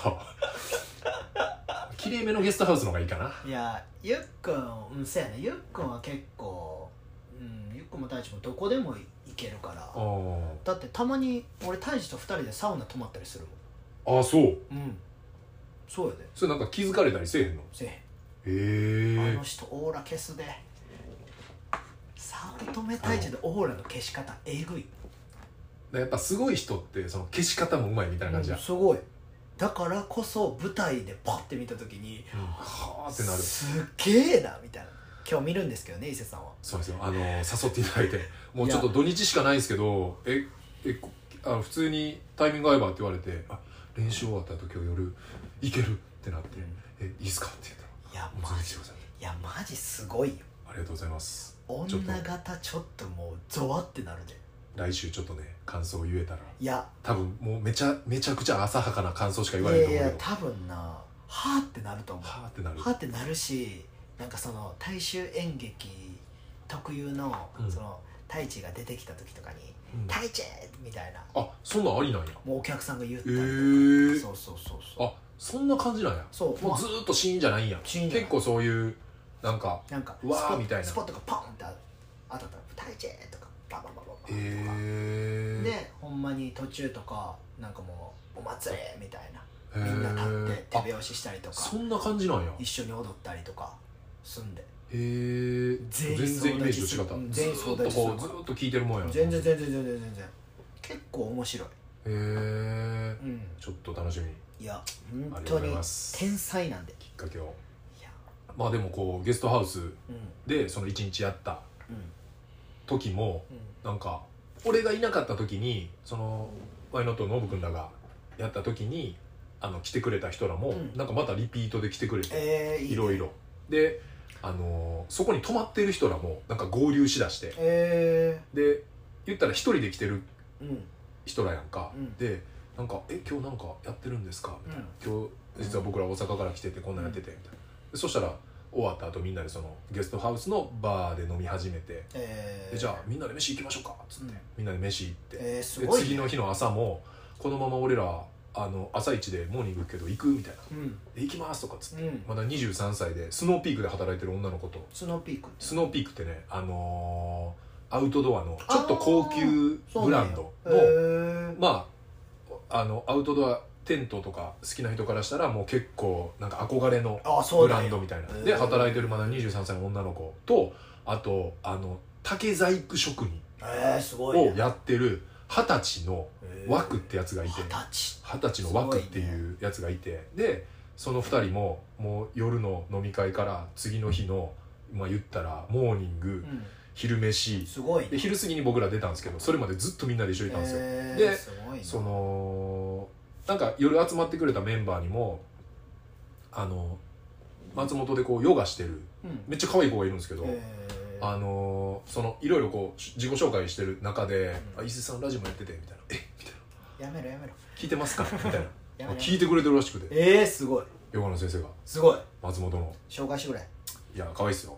綺麗めのゲストハウスの方がいいかな。 いやゆっくんうんそうやね、ゆっくんは結構、うん、ゆっくんも太一もどこでも行けるから。だってたまに俺太一とふたりでサウナ泊まったりするもん。ああそう。 うんそうやで。 それなんか気づかれたりせえへんの？ せえへん。へえ。 あの人オーラ消すで。早乙女太一でオーラの消し方えぐい。 やっぱすごい人ってその消し方もうまいみたいな感じや、 うん、すごい。だからこそ舞台でパッて見た時に、 うん、はあってなる。 すっげえなみたいな。今日見るんですけどね伊勢さんは。 そうですよ、あの誘っていただいてもうちょっと土日しかないんですけどええあの普通にタイミング合えばって言われて、あ練習終わった後今日夜行けるってなって、うん、えいいっすかって言ったら、いやマジいやマジすごいよ。 ありがとうございます。 女型ちょっともうゾワってなるで。 来週ちょっとね感想を言えたら、 いや多分もうめちゃめちゃくちゃ浅はかな感想しか言われないと思うけど、いやいや多分なはーってなると思う。 はーってなるはーってなるし、なんかその大衆演劇特有の、うん、その太一が出てきた時とかに「太一!」みたいな、 あそんなんありなんや。 もうお客さんが言ったりとか、えー、 そうそうそうそう、 あそんな感じなんや。そうもうずーっとシーンじゃないんや。結構そういうなんかなんかうわーみたいなスポットがポンって当たったら「太一!」とかババババババとか、 えー、 でほんまに途中とかなんかもうお祭りみたいな、みんな立って手拍子したりとか、 そんな感じなんや。 一緒に踊ったりとかすんで、 へえ全然イメージと違った。ずーっとこうずーっと聞いてるもんやな。 全然全然全然全然結構面白い。へえ、うん、ちょっと楽しみ。 いや本当に天才なんで。 きっかけを。いやまあでもこうゲストハウスでその一日やった時も、うん、なんか俺がいなかった時にそのワイノットノブ君らがやった時にあの来てくれた人らも、うん、なんかまたリピートで来てくれて、えー、いろいろで、あのー、そこに泊まってる人らもなんか合流しだして、えー、で言ったら一人で来てる人らやんか、うん、でなんか「え今日なんかやってるんですか?」みたいな、うん、今日実は僕ら大阪から来ててこんなんやっててみたいな、でそしたら終わった後みんなでそのゲストハウスのバーで飲み始めて、えー、でじゃあみんなで飯行きましょうかっつって、うん、みんなで飯行って、えーすごいね、で次の日の朝もこのまま俺らあの朝一でモーニング行くけど行くみたいな、 うんで行きますとかっつって、 うんまだにじゅうさんさいでスノーピークで働いてる女の子と、 スノーピークスノーピークってね、あのー、アウトドアのちょっと高級ブランドのまああのアウトドアテントとか好きな人からしたらもう結構なんか憧れのブランドみたいなで働いてるまだにじゅうさんさいの女の子と、あとあの竹細工職人をやってる二十歳の枠ってやつがいて、二十歳の枠っていうやつがいて、でそのふたりももう夜の飲み会から次の日のまあ言ったらモーニング、うん、昼飯すごい、ね、 で昼過ぎに僕ら出たんですけど、それまでずっとみんなで一緒にいたんですよ。で、そのなんか夜集まってくれたメンバーにもあの松本でこうヨガしてる、うん、めっちゃ可愛い子がいるんですけど、あのそのいろいろこう自己紹介してる中で「うん、あ伊勢さんラジオもやってて」みたいな「えみたいなやめろやめろ聞いてますか?」みたいな聞いてくれてるらしくて、 えーすごい、 ヨガの先生がすごい松本の紹介してくれ。 いや可愛いっすよ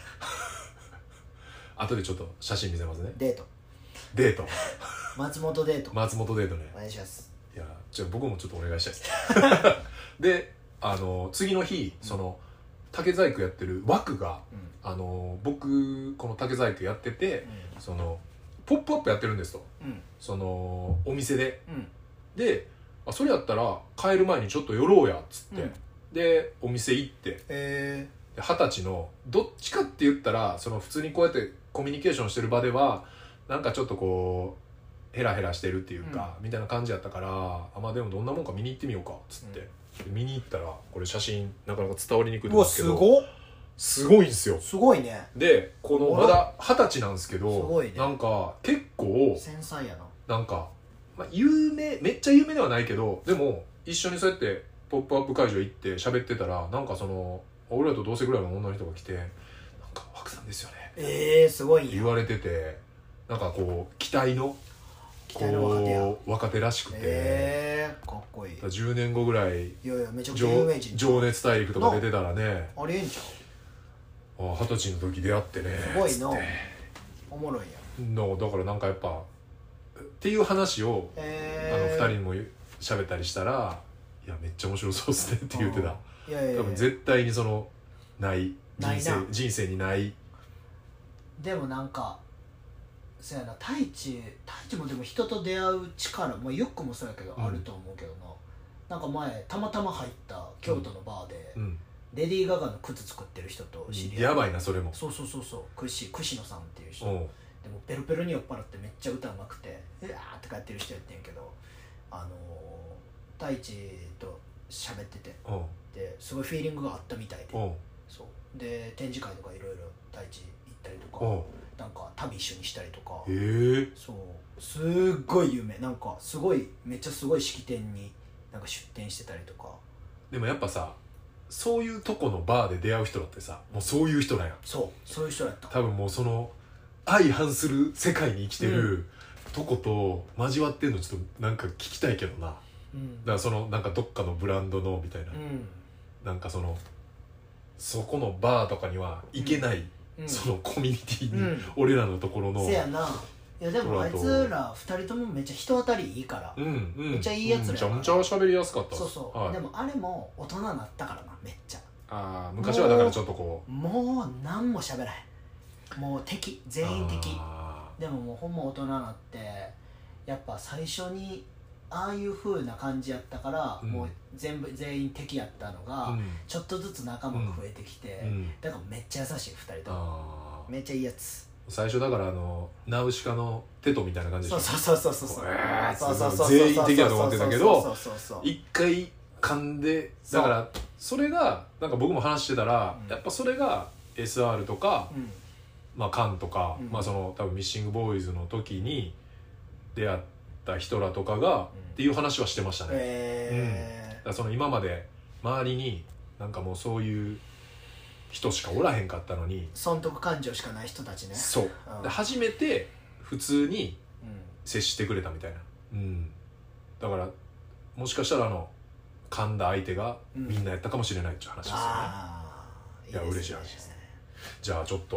後でちょっと写真見せますね。 デートデート松本デート松本デートね、 お願いします。 いやじゃあ僕もちょっとお願いしたいですであの次の日、うん、その竹細工やってる枠が、うん、あの僕この竹細工やってて、うん、そのポップアップやってるんですと、うん、そのお店で、うん、であそれやったら帰る前にちょっと寄ろうやっつって、うん、でお店行って二十、えー、歳のどっちかって言ったらその普通にこうやってコミュニケーションしてる場ではなんかちょっとこうヘラヘラしてるっていうか、うん、みたいな感じやったから、あまあでもどんなもんか見に行ってみようかっつって、うん、見に行ったらこれ写真なかなか伝わりにくいんですけど、 うわすごっすごいんですよ。 すごいね。 でこのまだ二十歳なんですけど、すごいね、なんか結構繊細やな。 なんか、まあ、有名めっちゃ有名ではないけど、でも一緒にそうやってポップアップ会場行って喋ってたら、なんかその俺らと同世ぐらいの女の人が来て、なんか「枠さんですよね」 えー、すごい言われてて、なんかこう期待のこう若手らしくて、 えー、かっこいい。 じゅうねんごぐらいいやいやめちゃくちゃ有名人、 情熱大陸とか出てたらね、 ありえんじゃん。あ二十歳の時出会ってね、 すごいな、おもろいやんの。だからなんかやっぱっていう話を、えー、あのふたりにも喋ったりしたら、いやめっちゃ面白そうっすねって言ってた。いやいやいや多分絶対にそのない人生人生にない。 でもなんかそうやな、太一太一もでも人と出会う力、まあ、ユックもそうやけど、うん、あると思うけどな。なんか前たまたま入った京都のバーで、うん、レディー・ガガの靴作ってる人と知り合い、 やばいなそれも。 そうそうそうそう、串串野さんっていう人でもペロペロに酔っ払ってめっちゃ歌うまくてうわーって帰ってる人やってんけど、あのー、太一と喋ってて、ですごいフィーリングがあったみたいで、そうで展示会とかいろいろ太一行ったりとか、なんか旅一緒にしたりとか、 へー、 そうすっごい有名、なんかすごいめっちゃすごい式典になんか出店してたりとか。 でもやっぱさ、そういうとこのバーで出会う人だってさ、もうそういう人なんや。 そうそういう人やった。 多分もうその相反する世界に生きてる、うん、とこと交わってんのちょっとなんか聞きたいけどな、うん、だからそのなんかどっかのブランドのみたいな、うん、なんかそのそこのバーとかには行けない、うん、そのコミュニティに、うん、俺らのところの。 せやな。いやでもあいつらふたりともめっちゃ人当たりいいから、うんうん、めっちゃいいやつらやから、 めちゃめちゃ喋りやすかった。 そうそう、はい、でもあれも大人になったからな、めっちゃ。 ああ昔はだからちょっとこうもう何も喋らへん、もう敵全員敵。でももうほんま大人になってやっぱ最初にああいう風な感じやったから、うん、もう全部全員敵やったのが、うん、ちょっとずつ仲間が増えてきて、うん、だからめっちゃ優しいふたりとも、めっちゃいいやつ。 最初だからあのナウシカのテトみたいな感じでしょ。 そうそうそうそうそう、えー、全員敵だと思ってたけど一回噛んで、だからそれがなんか僕も話してたら、うん、やっぱそれが エスアール とか、うん、まあカンとか、うん、まあその多分ミッシングボーイズの時に出会った人らとかが、うん、っていう話はしてましたね、えーうん、だからその今まで周りになんかもうそういう人しかおらへんかったのに、 損得感情しかない人たちね。 そう、うん、で初めて普通に接してくれたみたいな、うん、だからもしかしたらあの噛んだ相手がみんなやったかもしれないっていう話ですよね、うん、いや、いいですね、嬉しい話です。じゃあちょっと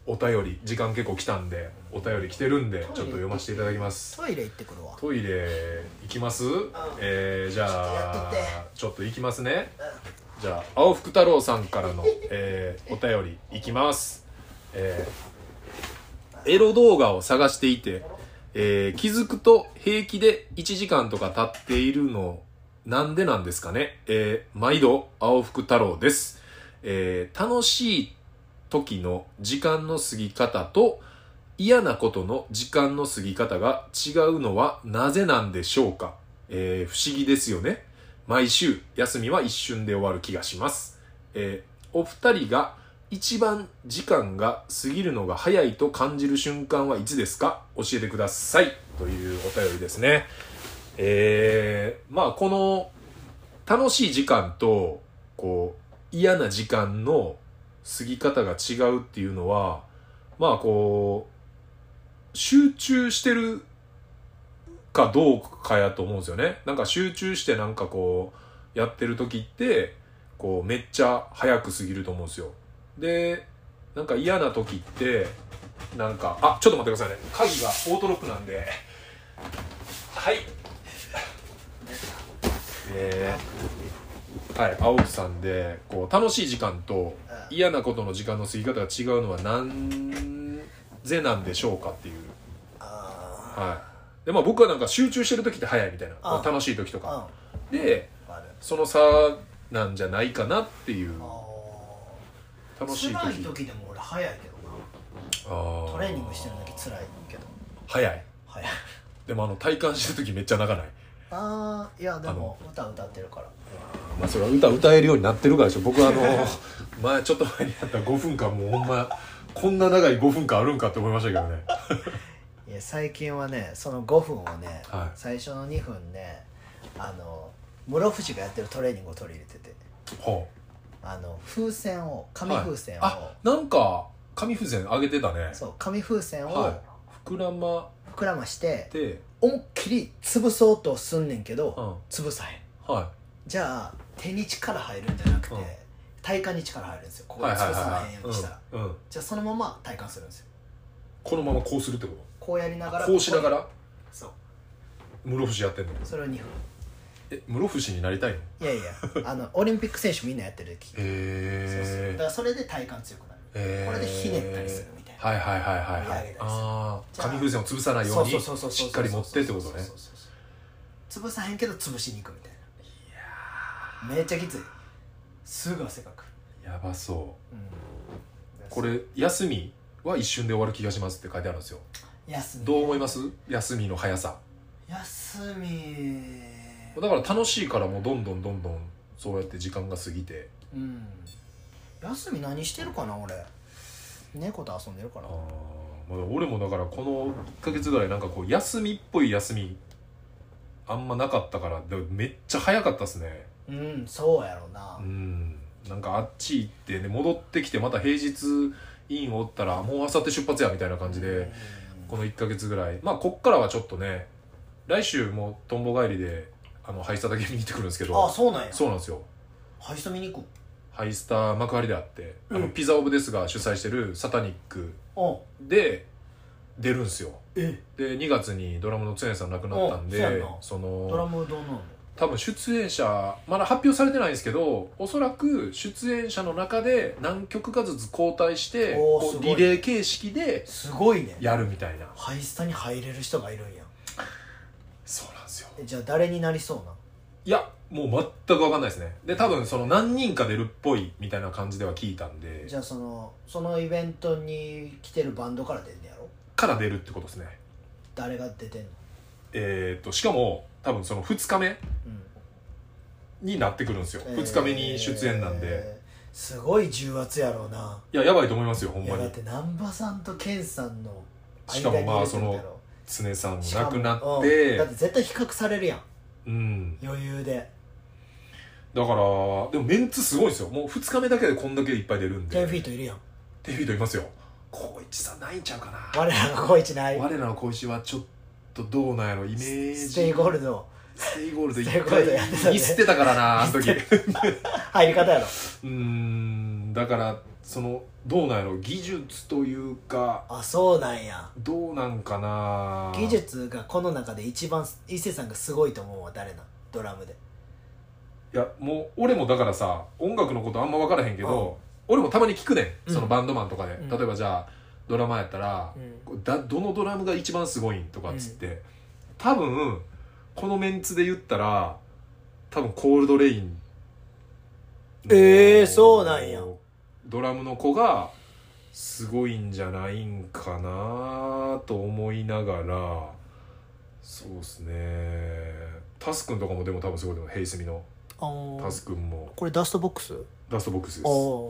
お便り時間結構来たんでお便り来てるんでちょっと読ませていただきます。 トイレ行ってくるわ。 トイレ行きます、うん、えー、じゃあちょっと行きますね、うん、じゃあ青福太郎さんからの、えー、お便り行きます、えー、エロ動画を探していて、えー、気づくと平気でいちじかんとか経っているのなんでなんですかね、えー、毎度青福太郎です、えー、楽しい時の時間の過ぎ方と嫌なことの時間の過ぎ方が違うのはなぜなんでしょうか、えー、不思議ですよね。毎週休みは一瞬で終わる気がします、えー、お二人が一番時間が過ぎるのが早いと感じる瞬間はいつですか、教えてくださいというお便りですね。えー、まあこの楽しい時間とこう嫌な時間の過ぎ方が違うっていうのはまあこう集中してるかどうかやと思うんですよね。なんか集中してなんかこうやってる時ってこうめっちゃ早く過ぎると思うんですよ。でなんか嫌な時ってなんかあちょっと待ってくださいね、鍵がオートロックなんではいえー、はい青木さんでこう楽しい時間と嫌なことの時間の過ぎ方が違うのはなんぜなんでしょうかっていう。はいでまあ、僕はなんか集中してる時って早いみたいな、まあ、楽しい時とかでその差なんじゃないかなっていう。 楽しい時辛い時でも俺早いけどな。あトレーニングしてる時辛いけど早い早いでもあの体感してる時めっちゃ泣かない。 ああいやでも歌歌ってるからまあそれは歌歌えるようになってるからでしょ。僕はあの前ちょっと前にやったごふんかんもうほんまこんな長いごふんかんあるんかって思いましたけどねいや最近はねそのごふんをね、はい、最初のにふんねあの室伏がやってるトレーニングを取り入れてて、はあ、あの風船を紙風船を、はい、 あなんか紙風船上げてたね。 そう紙風船を、 はい、膨らま膨らまして思いっきり潰そうとすんねんけど、うん、潰さへん、はい、じゃあ手に力入るんじゃなくて、うん、体幹に力入るんですよ。ここで潰さへんようにしたら、うんうん、じゃあそのまま体幹するんですよ。 このままこうするってこと？ こうやりながらこうしながらそう室伏やってんの？ それをにふん。 え室伏になりたいの？ いやいやあのオリンピック選手みんなやってる時へそうそうだからそれで体幹強くなる、えー、これでひねったりするみたいな。 はいはいはいはいはいああ紙風船を潰さないようにしっかり持ってってことね。 潰さへんけど潰しに行くみたいな。いやめっちゃきつい。すぐ汗かく。 やばそう、うん、これ休みは一瞬で終わる気がしますって書いてあるんですよ。 休みどう思います？休みの速さ。 休みだから楽しいからもうどんどんどんどんそうやって時間が過ぎて、 うん、休み何してるかな俺。猫と遊んでるかな。あ、 まあ、俺もだからこのいっかげつぐらいなんかこう休みっぽい休みあんまなかったからめっちゃ早かったっすね。 うんそうやろな。 うんなんかあっち行ってね戻ってきてまた平日インおったらもう明後日出発やみたいな感じでこのいっかげつぐらいまあこっからはちょっとね来週もとんぼ帰りであのハイスタだけ見に行ってくるんですけど。 あそうなんや。 そうなんですよ。 ハイスタ見に行く。 ハイスタ幕張であって、うん、あのピザオブデスが主催してるサタニックで出るんですよ。えでにがつにドラムの常谷さん亡くなったんでそのドラムどうなの？ 多分出演者まだ発表されてないんですけどおそらく出演者の中で何曲かずつ交代してこうリレー形式ですごいねやるみたいな。 ハイスタに入れる人がいるんや。 そうなんですよ。 じゃあ誰になりそうな？ いやもう全く分かんないですね。で多分その何人か出るっぽいみたいな感じでは聞いたんで。 じゃあそのそのイベントに来てるバンドから出んねやろ？ から出るってことですね。 誰が出てんの？ えー、っとしかも多分そのふつかめ、うん、になってくるんですよ、えー、ふつかめに出演なんで。 すごい重圧やろうな。 いややばいと思いますよほんまに。 だって難波さんと健さんのしかもまあその常さんも亡くなって、 うん、だって絶対比較されるやん、 うん、 余裕で。 だからでもメンツすごいですよ。もうふつかめだけでこんだけいっぱい出るんで。 テンフィートいるやん。 テンフィートいますよ。光一さんないんちゃうかな。 我らの光一ない。 我らの光一はちょっとどうなんやろイメージ。 ステイゴールドステイゴールド一回ミスってたからなあの時入り方やろ。 うーんだからそのどうなんやろ、技術というか。 あ、そうなんや。 どうなんかな。 技術がこの中で一番伊勢さんがすごいと思うのは誰なん、ドラムで。 いやもう俺もだからさ、音楽のことあんま分からへんけど、うん、俺もたまに聞くねん、そのバンドマンとかで、うん、例えばじゃあドラマーやったら、うん、だどのドラムが一番すごいんとかっつって、うん、多分このメンツで言ったら多分コールドレイン、 ええー、そうなんや。 ドラムの子がすごいんじゃないんかなと思いながら。そうっすね。タスくんとかもでも多分すごいと思う。ヘイスミのタスくんも。 これダストボックス？ ダストボックスです。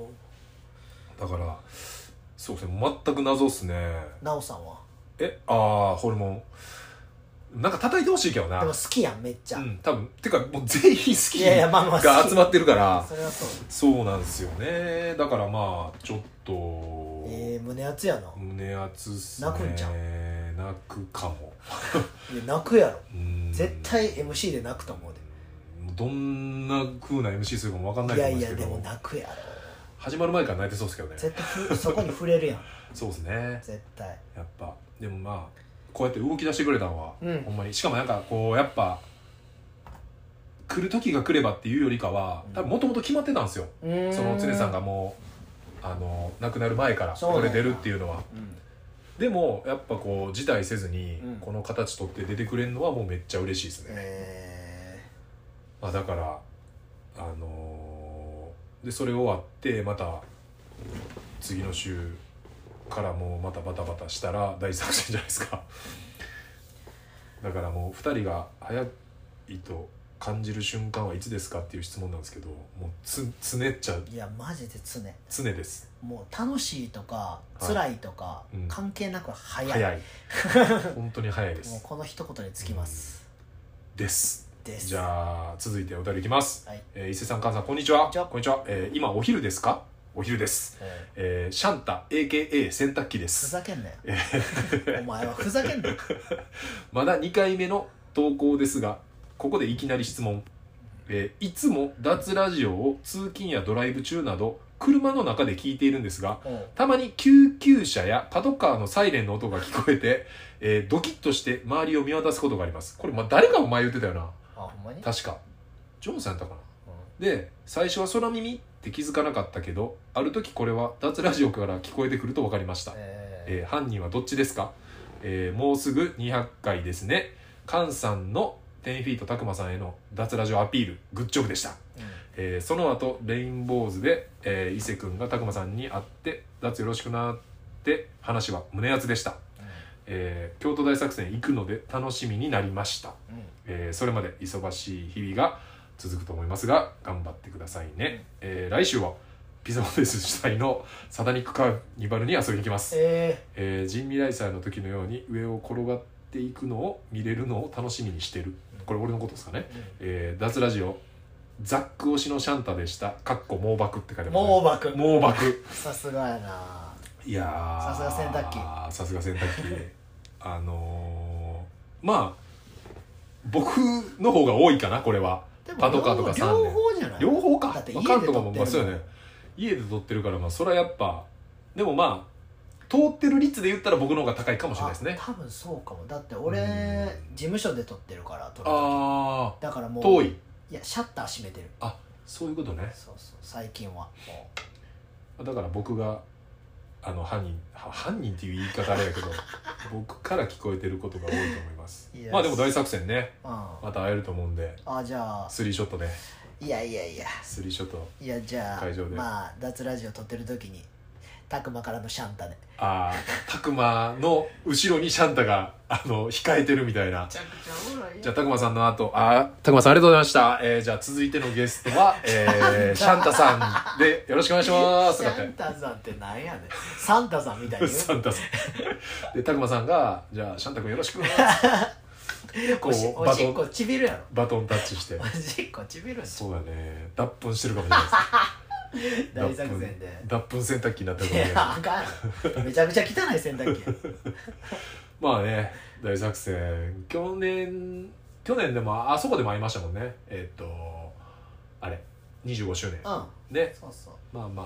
だからそうですね、全く謎っすね。 ナオさんは？えああホルモンなんか叩いてほしいけどな。 でも好きやんめっちゃ。 うん多分てかもう全員好きが集まってるから。 それはそう。 そうなんですよね。だからまあちょっとえー、胸熱やな。 胸熱っすね。 泣くんちゃう？ 泣くかも。 いや泣くやろ。絶対 エムシー で泣くと思うで。 どんな風な エムシー するかも分かんないと思うんですけど。 いやいやでも泣くやろ。 始まる前から泣いてそうですけどね。 絶対そこに触れるやん。 そうですね。 絶対。 やっぱでもまあこうやって動き出してくれたのは、うん、ほんまにしかもなんかこうやっぱ来る時が来ればっていうよりかは多分もともと決まってたんですよ。その常さんがもうあの亡くなる前からこれ出るっていうのは。でもやっぱこう辞退せずにこの形取って出てくれるのはもうめっちゃ嬉しいですね。えー、まあだからあのー、でそれ終わってまた次の週からもうまたバタバタしたら大作戦じゃないですか。だからもうふたりが早いと感じる瞬間はいつですかっていう質問なんですけど、もうつ常っちゃう。 いやマジで常常です。 もう楽しいとか辛いとか、はいうん、関係なく早い早い本当に早いです。 もうこの一言につきます、 うん、ですです。 じゃあ続いてお便りいきます、 はいえー、伊勢さん、菅さん、こんにちは。こんにちは、えー、今お昼ですか？お昼です、はいえー、シャンタ エーケーエー 洗濯機です。 ふざけんなよお前はふざけんなよまだにかいめの投稿ですが、ここでいきなり質問、えー、いつも脱ラジオを通勤やドライブ中など車の中で聞いているんですが、たまに救急車やパトカーのサイレンの音が聞こえて、えー、ドキッとして周りを見渡すことがあります。これ、まあ、誰かも前言ってたよな。 あ、ほんまに？ 確かジョンさんやったかな、うん、で最初は空耳って気づかなかったけど、ある時これは脱ラジオから聞こえてくると分かりました、えーえー、犯人はどっちですか？えー、もうすぐにひゃっかいですね。菅さんのじゅうフィートたくまさんへの脱ラジオアピールグッジョブでした、うんえー、その後レインボーズで、えー、伊勢くんがたくまさんに会って脱よろしくなって話は胸熱でした、うんえー、京都大作戦行くので楽しみになりました、うんえー、それまで忙しい日々が続くと思いますが頑張ってくださいね、うんえー、来週はピザモデス主体のサタニックカーニバルに遊びに行きます、えーえー、ジンミライサーの時のように上を転がっていくのを見れるのを楽しみにしてる。これ俺のことですかね、うんえー、脱ラジオザック推しのシャンタでしたかっこ猛爆って書いてます、ね、 猛爆猛爆さすがやないやーさすが洗濯機さすが洗濯機あのー、まあ僕の方が多いかなこれは。パトカーとかさんねん両方じゃない？ 両方か。 だって家で撮ってるもん。 まあ、そうよね。家で撮ってるからまあそれはやっぱでもまあ通ってる率で言ったら僕の方が高いかもしれないですね。 多分そうかも。だって俺事務所で撮ってるから撮る時あだからもう遠い。 いやシャッター閉めてる。 あそういうことね。 そうそう最近はもうだから僕があの犯人犯人っていう言い方あれやけど僕から聞こえてることが多いと思います。まあでも大作戦ね、うん、また会えると思うんで。 あじゃあスリーショットで。 いやいやいやスリーショットいやじゃあ会場でまあ脱ラジオ撮ってる時にたくまからのシャンタでああたくまの後ろにシャンタがあの控えてるみたいな。 めちゃくちゃおもろいや。 じゃあたくまさんの後あたくまさんありがとうございました、えー、じゃあ続いてのゲストは、えー、シャンタさんでよろしくお願いしますシャンタさんってなんやねんサンタさんみたいにサンタさんでたくまさんがじゃあシャンタ君よろしくこうおしっこちびるやろバトンタッチしておしっこちびるんそうだね脱粉してるかもしれないです大作戦で脱粉洗濯機になってるかもしれない。いやあかんめちゃくちゃ汚い洗濯機まあね大作戦去年去年でもあそこでも会いましたもんね。えっとあれにじゅうごしゅうねん、 うん、 でそうそうまあまあ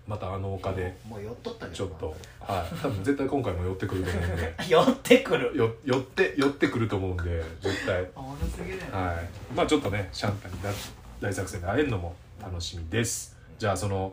またあの丘でもう寄っとったけどちょっとはい多分絶対今回も寄ってくると思うんで寄ってくるよ寄って寄ってくると思うんで絶対おもろすぎるやんはいまあちょっとねシャンタに大作戦で会えるのも楽しみです。じゃあその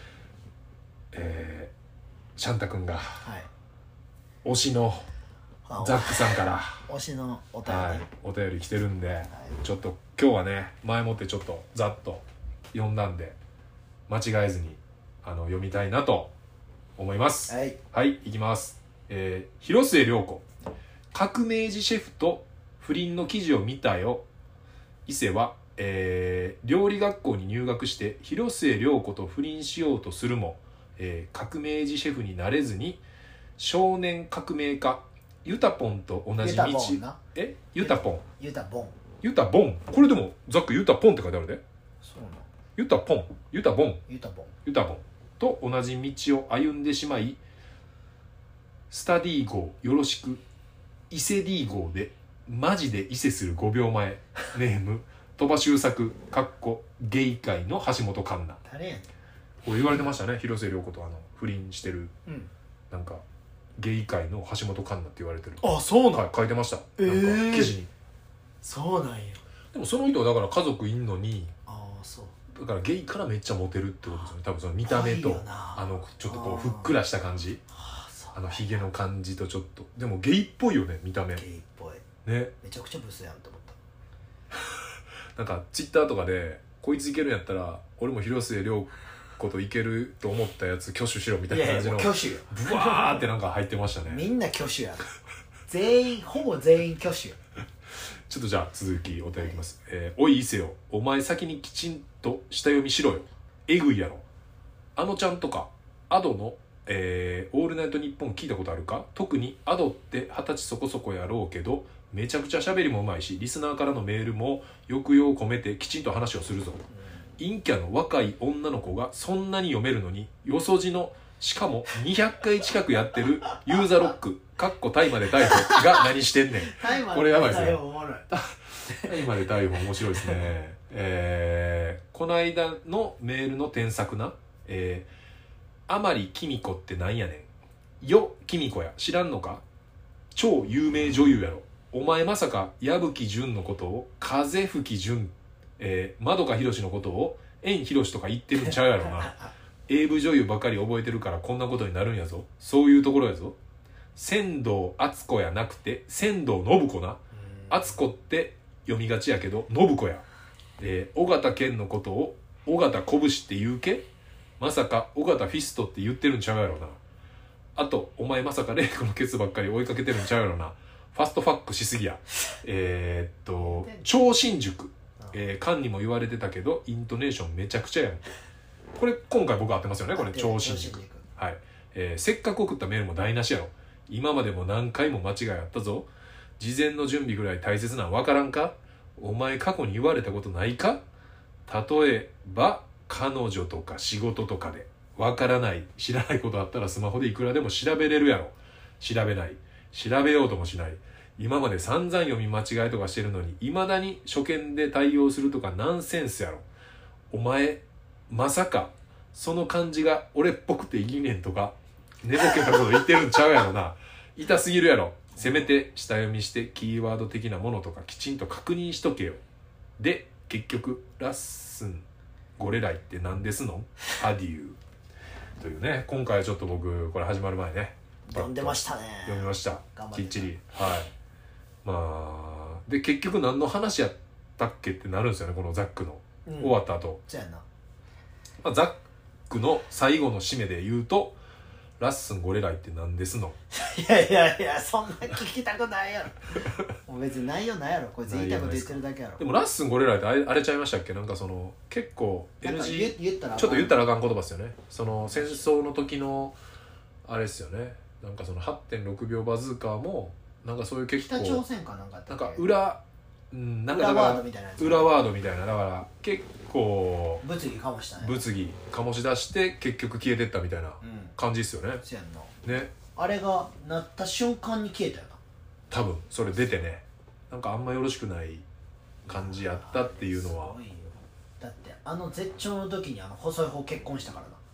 えー、シャンタ君が推しのザックさんから推しのお便り、はい、 お便り来てるんで、はい、ちょっと今日はね前もってちょっとざっと読んだんで間違えずにあの読みたいなと思います。 はい、 はい、いきます。えー、広末涼子革命児シェフと不倫の記事を見たよ。伊勢は、えー、料理学校に入学して広末涼子と不倫しようとするも、えー、革命児シェフになれずに少年革命家ユタポンと同じ道えユタポンユタボンユタボンこれでもザックユタポンって書いてあるでそうなユタポンユタボンユタボンユタボンと同じ道を歩んでしまいスタディー号よろしく伊勢 D 号でマジで伊勢するごびょうまえネーム鳥羽周作かっこゲイ界の橋本環奈誰やねんこれ言われてましたね広末涼子とあの不倫してる、うん、なんかゲイ界の橋本環奈って言われてるあそうなん、 はい、書いてました、 えー、 なんか記事にそうなんやでもその人はだから家族いんのにあそうだからゲイからめっちゃモテるってことですよね多分その見た目とあのちょっとこうふっくらした感じ あ, あのヒゲの感じとちょっとでもゲイっぽいよね見た目ゲイっぽいねめちゃくちゃブスやんと思ったなんかツイッターとかでこいついけるんやったら俺も広末涼子といけると思ったやつ挙手しろみたいな感じの挙手よブワーってなんか入ってましたねみんな挙手や全員ほぼ全員挙手やちょっとじゃあ続きお便りいきます、えー、おい伊勢よお前先にきちんと下読みしろよえぐいやろあのちゃんとかアドの、えー、オールナイトニッポン聞いたことあるか特にアドって二十歳そこそこやろうけどめちゃくちゃ喋りもうまいしリスナーからのメールも抑揚を込めてきちんと話をするぞ、うん、陰キャの若い女の子がそんなに読めるのによそじのしかもにひゃっかい近くやってるユーザロックかっこタイまで逮捕が何してんねんこれやばいですねタイまで逮捕面白いですねえー、この間のメールの添削なえー、甘利きみ子ってなんやねんよきみ子や知らんのか超有名女優やろお前まさか矢吹淳のことを風吹淳えー、まどかひろしのことを縁ひろしとか言ってるんちゃうやろなエーブイ 女優ばかり覚えてるからこんなことになるんやぞそういうところやぞ仙道敦子やなくて仙道信子な敦子って読みがちやけど信子やえー、尾形健のことを尾形拳って言うけまさか尾形フィストって言ってるんちゃうやろなあとお前まさかレイクのケツばっかり追いかけてるんちゃうやろなファストファックしすぎやえー、っと超新塾えー、カンにも言われてたけどイントネーションめちゃくちゃやんこれ今回僕合ってますよねこれ超新塾はい、えー、せっかく送ったメールも台無しやろ今までも何回も間違いあったぞ事前の準備ぐらい大切なんわからんかお前過去に言われたことないか例えば彼女とか仕事とかでわからない知らないことあったらスマホでいくらでも調べれるやろ調べない調べようともしない今まで散々読み間違いとかしてるのに未だに初見で対応するとかナンセンスやろお前まさかその感じが俺っぽくていいねんとか寝ぼけたこと言ってるんちゃうやろな痛すぎるやろせめて下読みしてキーワード的なものとかきちんと確認しとけよで結局ラッスンゴレライって何ですのアデューというね今回はちょっと僕これ始まる前ね読んでましたね読みましたきっちりはいまあで結局何の話やったっけってなるんですよねこのザックの、うん、終わった後そうやな、 まあ、ザックの最後の締めで言うとラッスンゴレライって何ですのいやいやいやそんな聞きたくないやろもう別に内容ないやろこいつ言いたいこと言ってるだけやろでもラッスンゴレライってあれ、あれちゃいましたっけなんかその結構 エヌジー言ったらちょっと言ったらあかん言葉ですよねその戦争の時のあれですよねなんかその はってんろくびょうバズーカーもなんかそういう結構北朝鮮かなんかなんか裏、うん、なんか裏ワードみたいなやつ裏ワードみたいなだから結構物議かもしたね物議醸し出して結局消えてったみたいな感じですよね、 うん、そうやんなねあれがなった瞬間に消えたよな多分それ出てねなんかあんまよろしくない感じやったっていうのはすごいよだってあの絶頂の時にあの細い方結婚したからな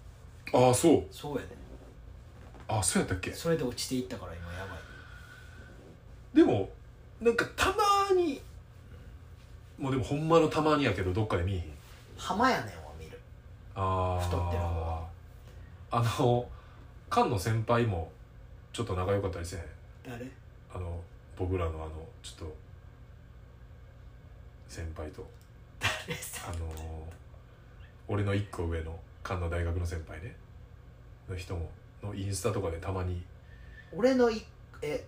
ああそうそうやで、 あそうやったっけ。 それで落ちていったから今やばい。 でもなんかたまにもうでもほんまのたまにやけどどっかで見えへん。 浜やねんは見る。 ああ太ってる方はあの菅野先輩もちょっと仲良かったりせへん。 誰？ あの僕らのあのちょっと先輩と誰さあの俺の一個上の菅野大学の先輩ねの人ものインスタとかでたまに俺のいえ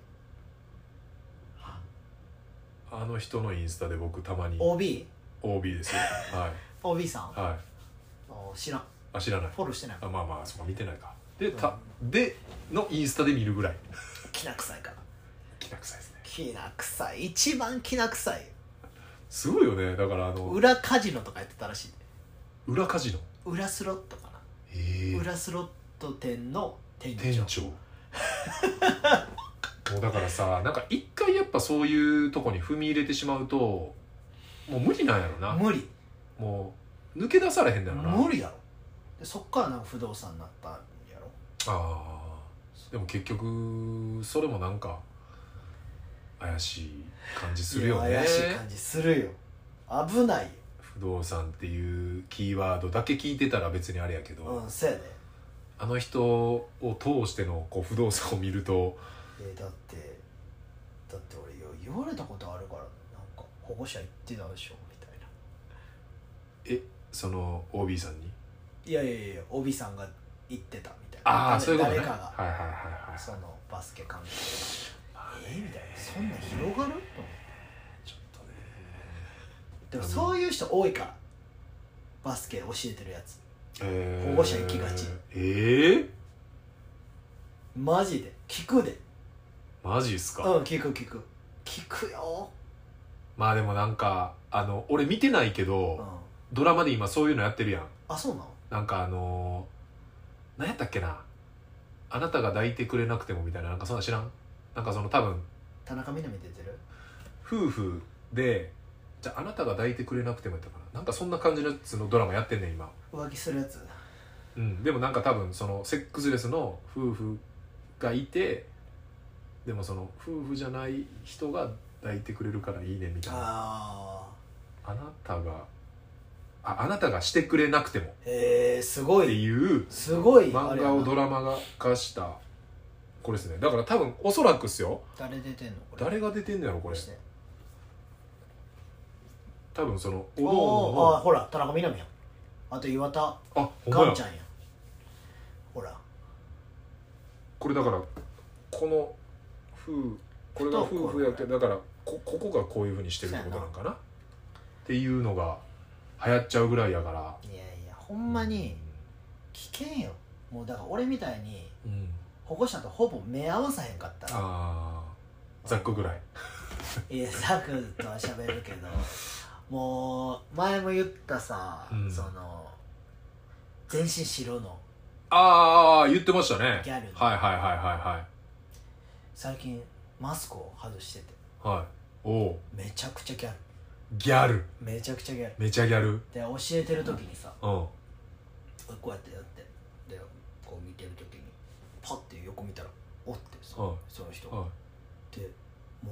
あの人のインスタで僕たまにオービー？ オービー ですよはいオービー さん？ はいあ知らん。 あ知らないフォローしてない。 あまあまあそこ見てないかでたでのインスタで見るぐらいきな臭いから。 きな臭いですね。 きな臭い、一番きな臭い。 すごいよね。だからあの裏カジノとかやってたらしい。 裏カジノ、 裏スロットかな。 へえ裏スロット店の店長。 店長もうだからさなんか一回やっぱそういうとこに踏み入れてしまうともう無理なんやろな。 無理。 もう抜け出されへんだよな。 無理やろ。でそっからなんか不動産になったんやろ。 ああでも結局それもなんか怪しい感じするよね。 いや怪しい感じするよ。危ないよ。 不動産っていうキーワードだけ聞いてたら別にあれやけど、 うんそうやで。 あの人を通してのこう不動産を見るとえーだってだって俺よ言われたことあるから、なんか保護者行ってたでしょみたいな。 えその オービー さんにいやいやいや帯さんが行ってたみたいな。 ああそういうことね。 誰かが、 はいはいはいはい。 そのバスケ関係でえーみたいな、そんな広がると思って。 ちょっとねでもそういう人多いからバスケ教えてるやつ。 えー、 保護者行きがち。 えー、 マジで聞くで。 マジっすか。 うん聞く聞く聞くよ。 まあでもなんかあの俺見てないけど、 うんドラマで今そういうのやってるやん。 あそうなの。 なんかあのー、何やったっけな、あなたが抱いてくれなくてもみたいな、なんかそんな知らん。なんかその多分田中みな実出てる。 夫婦でじゃああなたが抱いてくれなくてもやったかな、なんかそんな感じのやつのドラマやってんねん今。 浮気するやつ。 うんでもなんか多分そのセックスレスの夫婦がいて、でもその夫婦じゃない人が抱いてくれるからいいねみたいな。 ああなたがああなたがしてくれなくてもっへえすごていいうすごい漫画をドララマ化したこれですね。だから多分おそらくっすよ。 誰出てんのこれ。 誰が出てんのやろこれ。 して多分そのおおのおのおあほら田中みな実やん。あと岩田あほんまやガンちゃんやん。ほらこれだからこの夫これが夫婦やけどだからこここがこういうふうにしてるってことなんかなっていうのが流行っちゃうぐらいやから。 いやいやほんまに危険よ。もうだから俺みたいにうん、うん、 保護者とほぼ目合わさへんかったらああざっくぐらいいやザクとは喋るけどもう前も言ったさ、 うんその全身白のああ言ってましたね。 ギャルのはいはいはいはいはい最近マスクを外しててはいおおめちゃくちゃギャルギャルめちゃくちゃギャルめちゃギャルで教えてる時にさうんこうやってやってでこう見てる時にパッて横見たらおってさ、 はいその人、 はでもう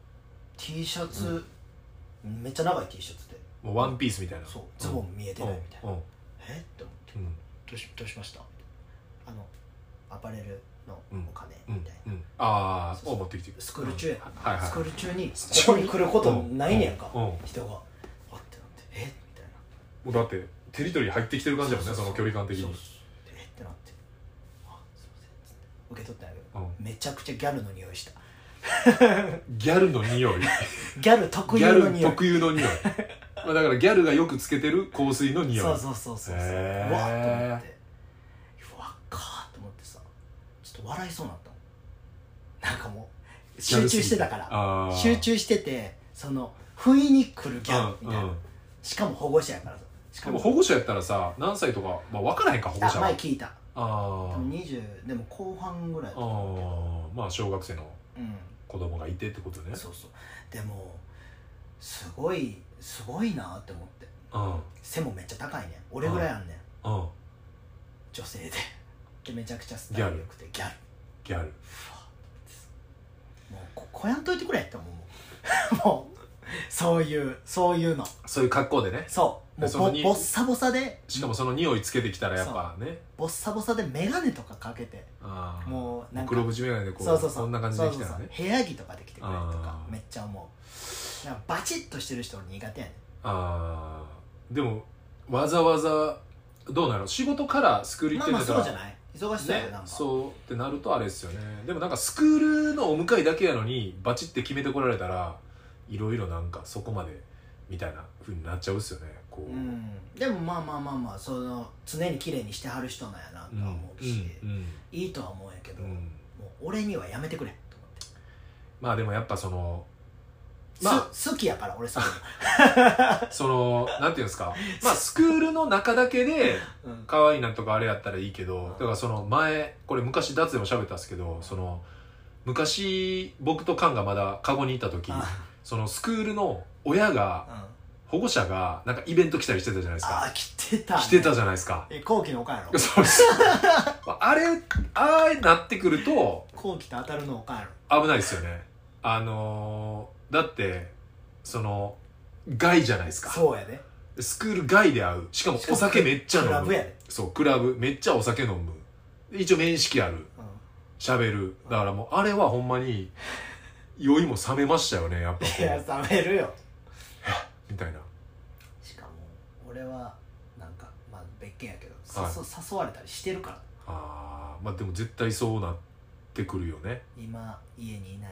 T シャツ、めっちゃ長い T シャツでいもうワンピースみたいな。 そうズボン見えてないみたいな、 うんうんえって思ってうんどうしどうしましたみたいな、あのアパレルのお金うんみたいな、 うんああそうそうを持ってきてスクール中や、 はいはいスクール中に中ここに来ることないねやんか、 うんうん人があってなってえみたいなもうだってテリトリー入ってきてる感じだもんね、その距離感的に。 そうそうえってなってあすいませんっつって受け取ったんやけど、 うんめちゃくちゃギャルの匂いしたギャルの匂いギャル特ギャル有の匂い特有の匂いまあだからギャルがよくつけてる香水の匂い。 そうそうそうそうそう、 へーうわっと思ってうわっかーと思ってさちょっと笑いそうになったもん。なんかもう集中してたからあー集中しててその不意に来るギャルみたいな、 うんうんしかも保護者やからさしでかもも保護者やったらさ何歳とか、まあ、分からへんか保護あ者は。 前聞いたあ多分にじゅうでも後半ぐらいだあと思ーまあ小学生のうけど子供がいてってことねうん。そうそうでもすごいすごいなって思ってうん背もめっちゃ高いねん俺ぐらいあんねん、 うん女性ででめちゃくちゃスタイル良くてギャルギャルもうここやんといてくれって思うもうそういうそういうのそういう格好でねそうもう ボ, ボッサボサでしかもその匂いつけてきたらやっぱねボッサボサで眼鏡とかかけてあもうなんか黒縁眼鏡でこうそうそうそうこんな感じできたらねそうそうそう部屋着とかで来てくれとかめっちゃ思うなんかバチッとしてる人苦手やねんあーでもわざわざどうなの仕事からスクール行ってんだからまあまあそうじゃない忙しそうやねなんかそうってなるとあれですよねでもなんかスクールのお迎えだけやのにバチって決めてこられたらいろいろなんかそこまでみたいな風になっちゃうっすよねこう、 うん、でもまあまあまあまあその常に綺麗にしてはる人なんやなとは思うし、 うんうんうん、 いいとは思うんやけど、 うん、 もう俺にはやめてくれと思ってまあでもやっぱそのまあ好きやから俺それそのなんていうんですかまあスクールの中だけで可愛いなとかあれやったらいいけど、うん、だからその前これ昔脱でも喋ったんですけどその昔僕とカンがまだカゴにいた時そのスクールの親が、うん、保護者がなんかイベント来たりしてたじゃないですかあ来てた、ね、 来てたじゃないですかえ後期のおかんやろそうですあれああなってくると後期と当たるのおかんやろ危ないですよねあのー、だってその外じゃないですかそうやでスクール外で会うしかもお酒めっちゃ飲むクラブやでそうクラブめっちゃお酒飲む一応面識ある喋、うん、るだからもうあれはほんまに酔いも冷めましたよねやっぱいや冷めるよみたいなしかも俺はなんかまあ別件やけど、はい、誘われたりしてるからああまあでも絶対そうなってくるよね今家にいないんでみたい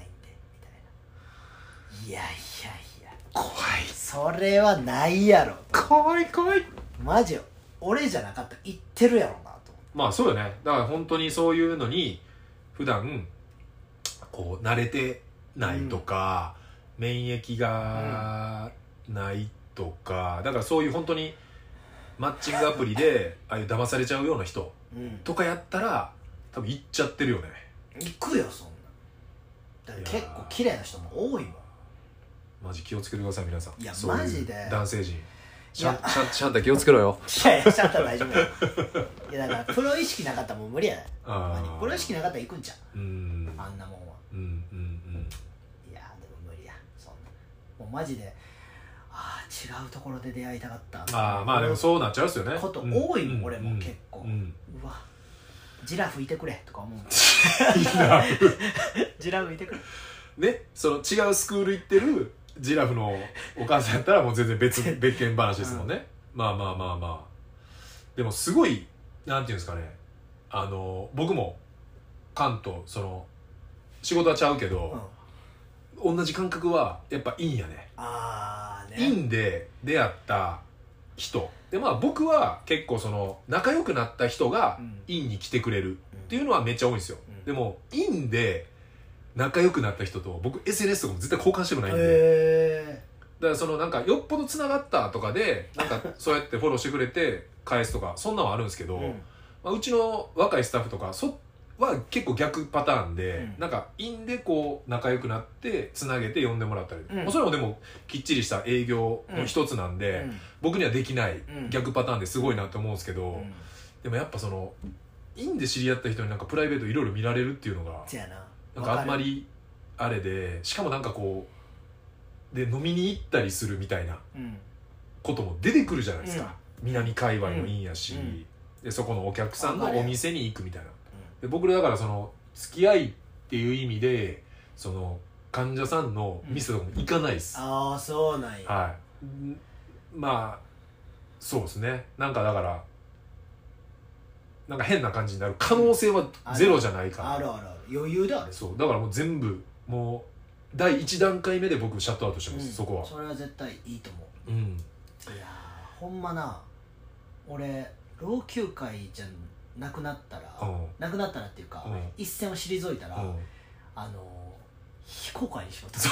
ないやいやいや怖いそれはないやろ怖い怖いマジよ俺じゃなかったら言ってるやろなとまあそうよねだから本当にそういうのに普段こう慣れてないとか、うん、免疫がないとか、うん、だからそういう本当にマッチングアプリでああいう騙されちゃうような人とかやったら多分行っちゃってるよね行くよそんなだから結構綺麗な人も多いもんマジ気をつけてください皆さんいやマジで男性陣シャンシャンシャンタ気をつけろよいやいやシャンタ大丈夫いやだからプロ意識なかったらもう無理やねプロ意識なかったら行くんちゃううんあんなもんはうんうんうんいやでも無理やそんなもうマジでああ違うところで出会いたかったああまあでもそうなっちゃうっすよねこと多いもん、うん、俺も結構、うん、うわジラフいてくれとか思うジラフジラフいてくれねその違うスクール行ってるジラフのお母さんやったらもう全然別別件話ですもんね、うん、まあまあまあまあでもすごいなんていうんですかねあの僕もカンとその仕事はちゃうけど、うん、同じ感覚はやっぱいいんやねあーねいいんで出会った人でまあ僕は結構その仲良くなった人がインに来てくれるっていうのはめっちゃ多いんですよ、うん、でもインで仲良くなった人と僕 エスエヌエス とかも絶対交換してもないんで、 へーだからそのなんかよっぽどつながったとかでなんかそうやってフォローしてくれて返すとかそんなんはあるんですけど、うんまあ、うちの若いスタッフとかそは結構逆パターンで、うん、なんかインでこう仲良くなってつなげて呼んでもらったり、うん、それもでもきっちりした営業の一つなんで、うん、僕にはできない逆パターンですごいなって思うんですけど、うん、でもやっぱそのインで知り合った人になんかプライベートいろいろ見られるっていうのがなんかあんまりあれでしかもなんかこうで飲みに行ったりするみたいなことも出てくるじゃないですか、うん、南界隈のインやし、うん、でそこのお客さんのお店に行くみたいなで僕らだからその付き合いっていう意味でその患者さんの店とかも行かないです、 うん、ああそうなんやはいまあそうですねなんかだからなんか変な感じになる可能性はゼロじゃないから、 あるあるある余裕であるそうだからもう全部もうだいいち段階目で僕シャットアウトしてます、うん、そこはそれは絶対いいと思う、 うん、いやほんまな俺老朽会じゃなくなったら、うん、なくなったらっていうか、うん、一線を退いたら、うん、あの非公開にしようと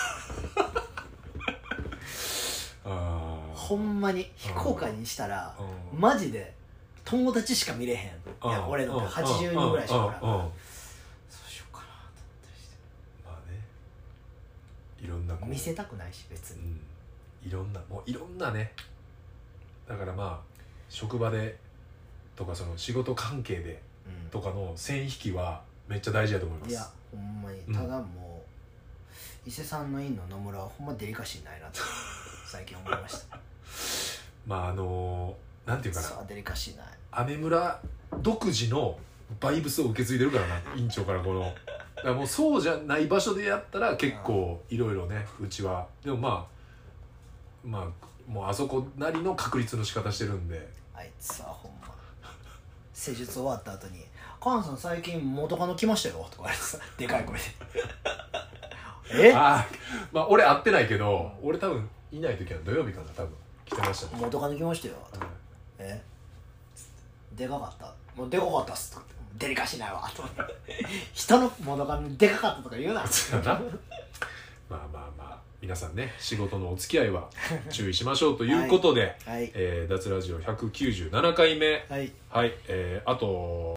あほんまに非公開にしたらマジで友達しか見れへんいや俺のはちじゅうにんぐらいしかおらんからそうしようかなと思ったりしてまあねいろんなこう見せたくないし別に、 うん、いろんなもういろんなねだからまあ職場でとかその仕事関係でとかの線引きはめっちゃ大事だと思います。 いやほんまにただもう、伊勢さんの院の野村はほんまデリカシーないなと最近思いましたまああのなんていうかな、 さあデリカシーない、 アメ村独自のバイブスを受け継いでるからな院長からこのだからもうそうじゃない場所でやったら結構いろいろねうちはでもまあまあもうあそこなりの確立の仕方してるんで、 あいつはほんま施術終わった後に「カンさん最近元カノ来ましたよ」とか言われてさでかい声でえああまあ俺会ってないけど、うん、俺多分いない時は土曜日かな多分来てましたね。 元カノ来ましたよとか、うん、えでかかったもうでかかったっすとかデリカシーないわと人の元カノでかかったとか言うなまあまあまあ皆さんね仕事のお付き合いは注意しましょうということで、はいはい、えー、脱ラジオひゃくきゅうじゅうななかいめ、はい、はい、えー、あと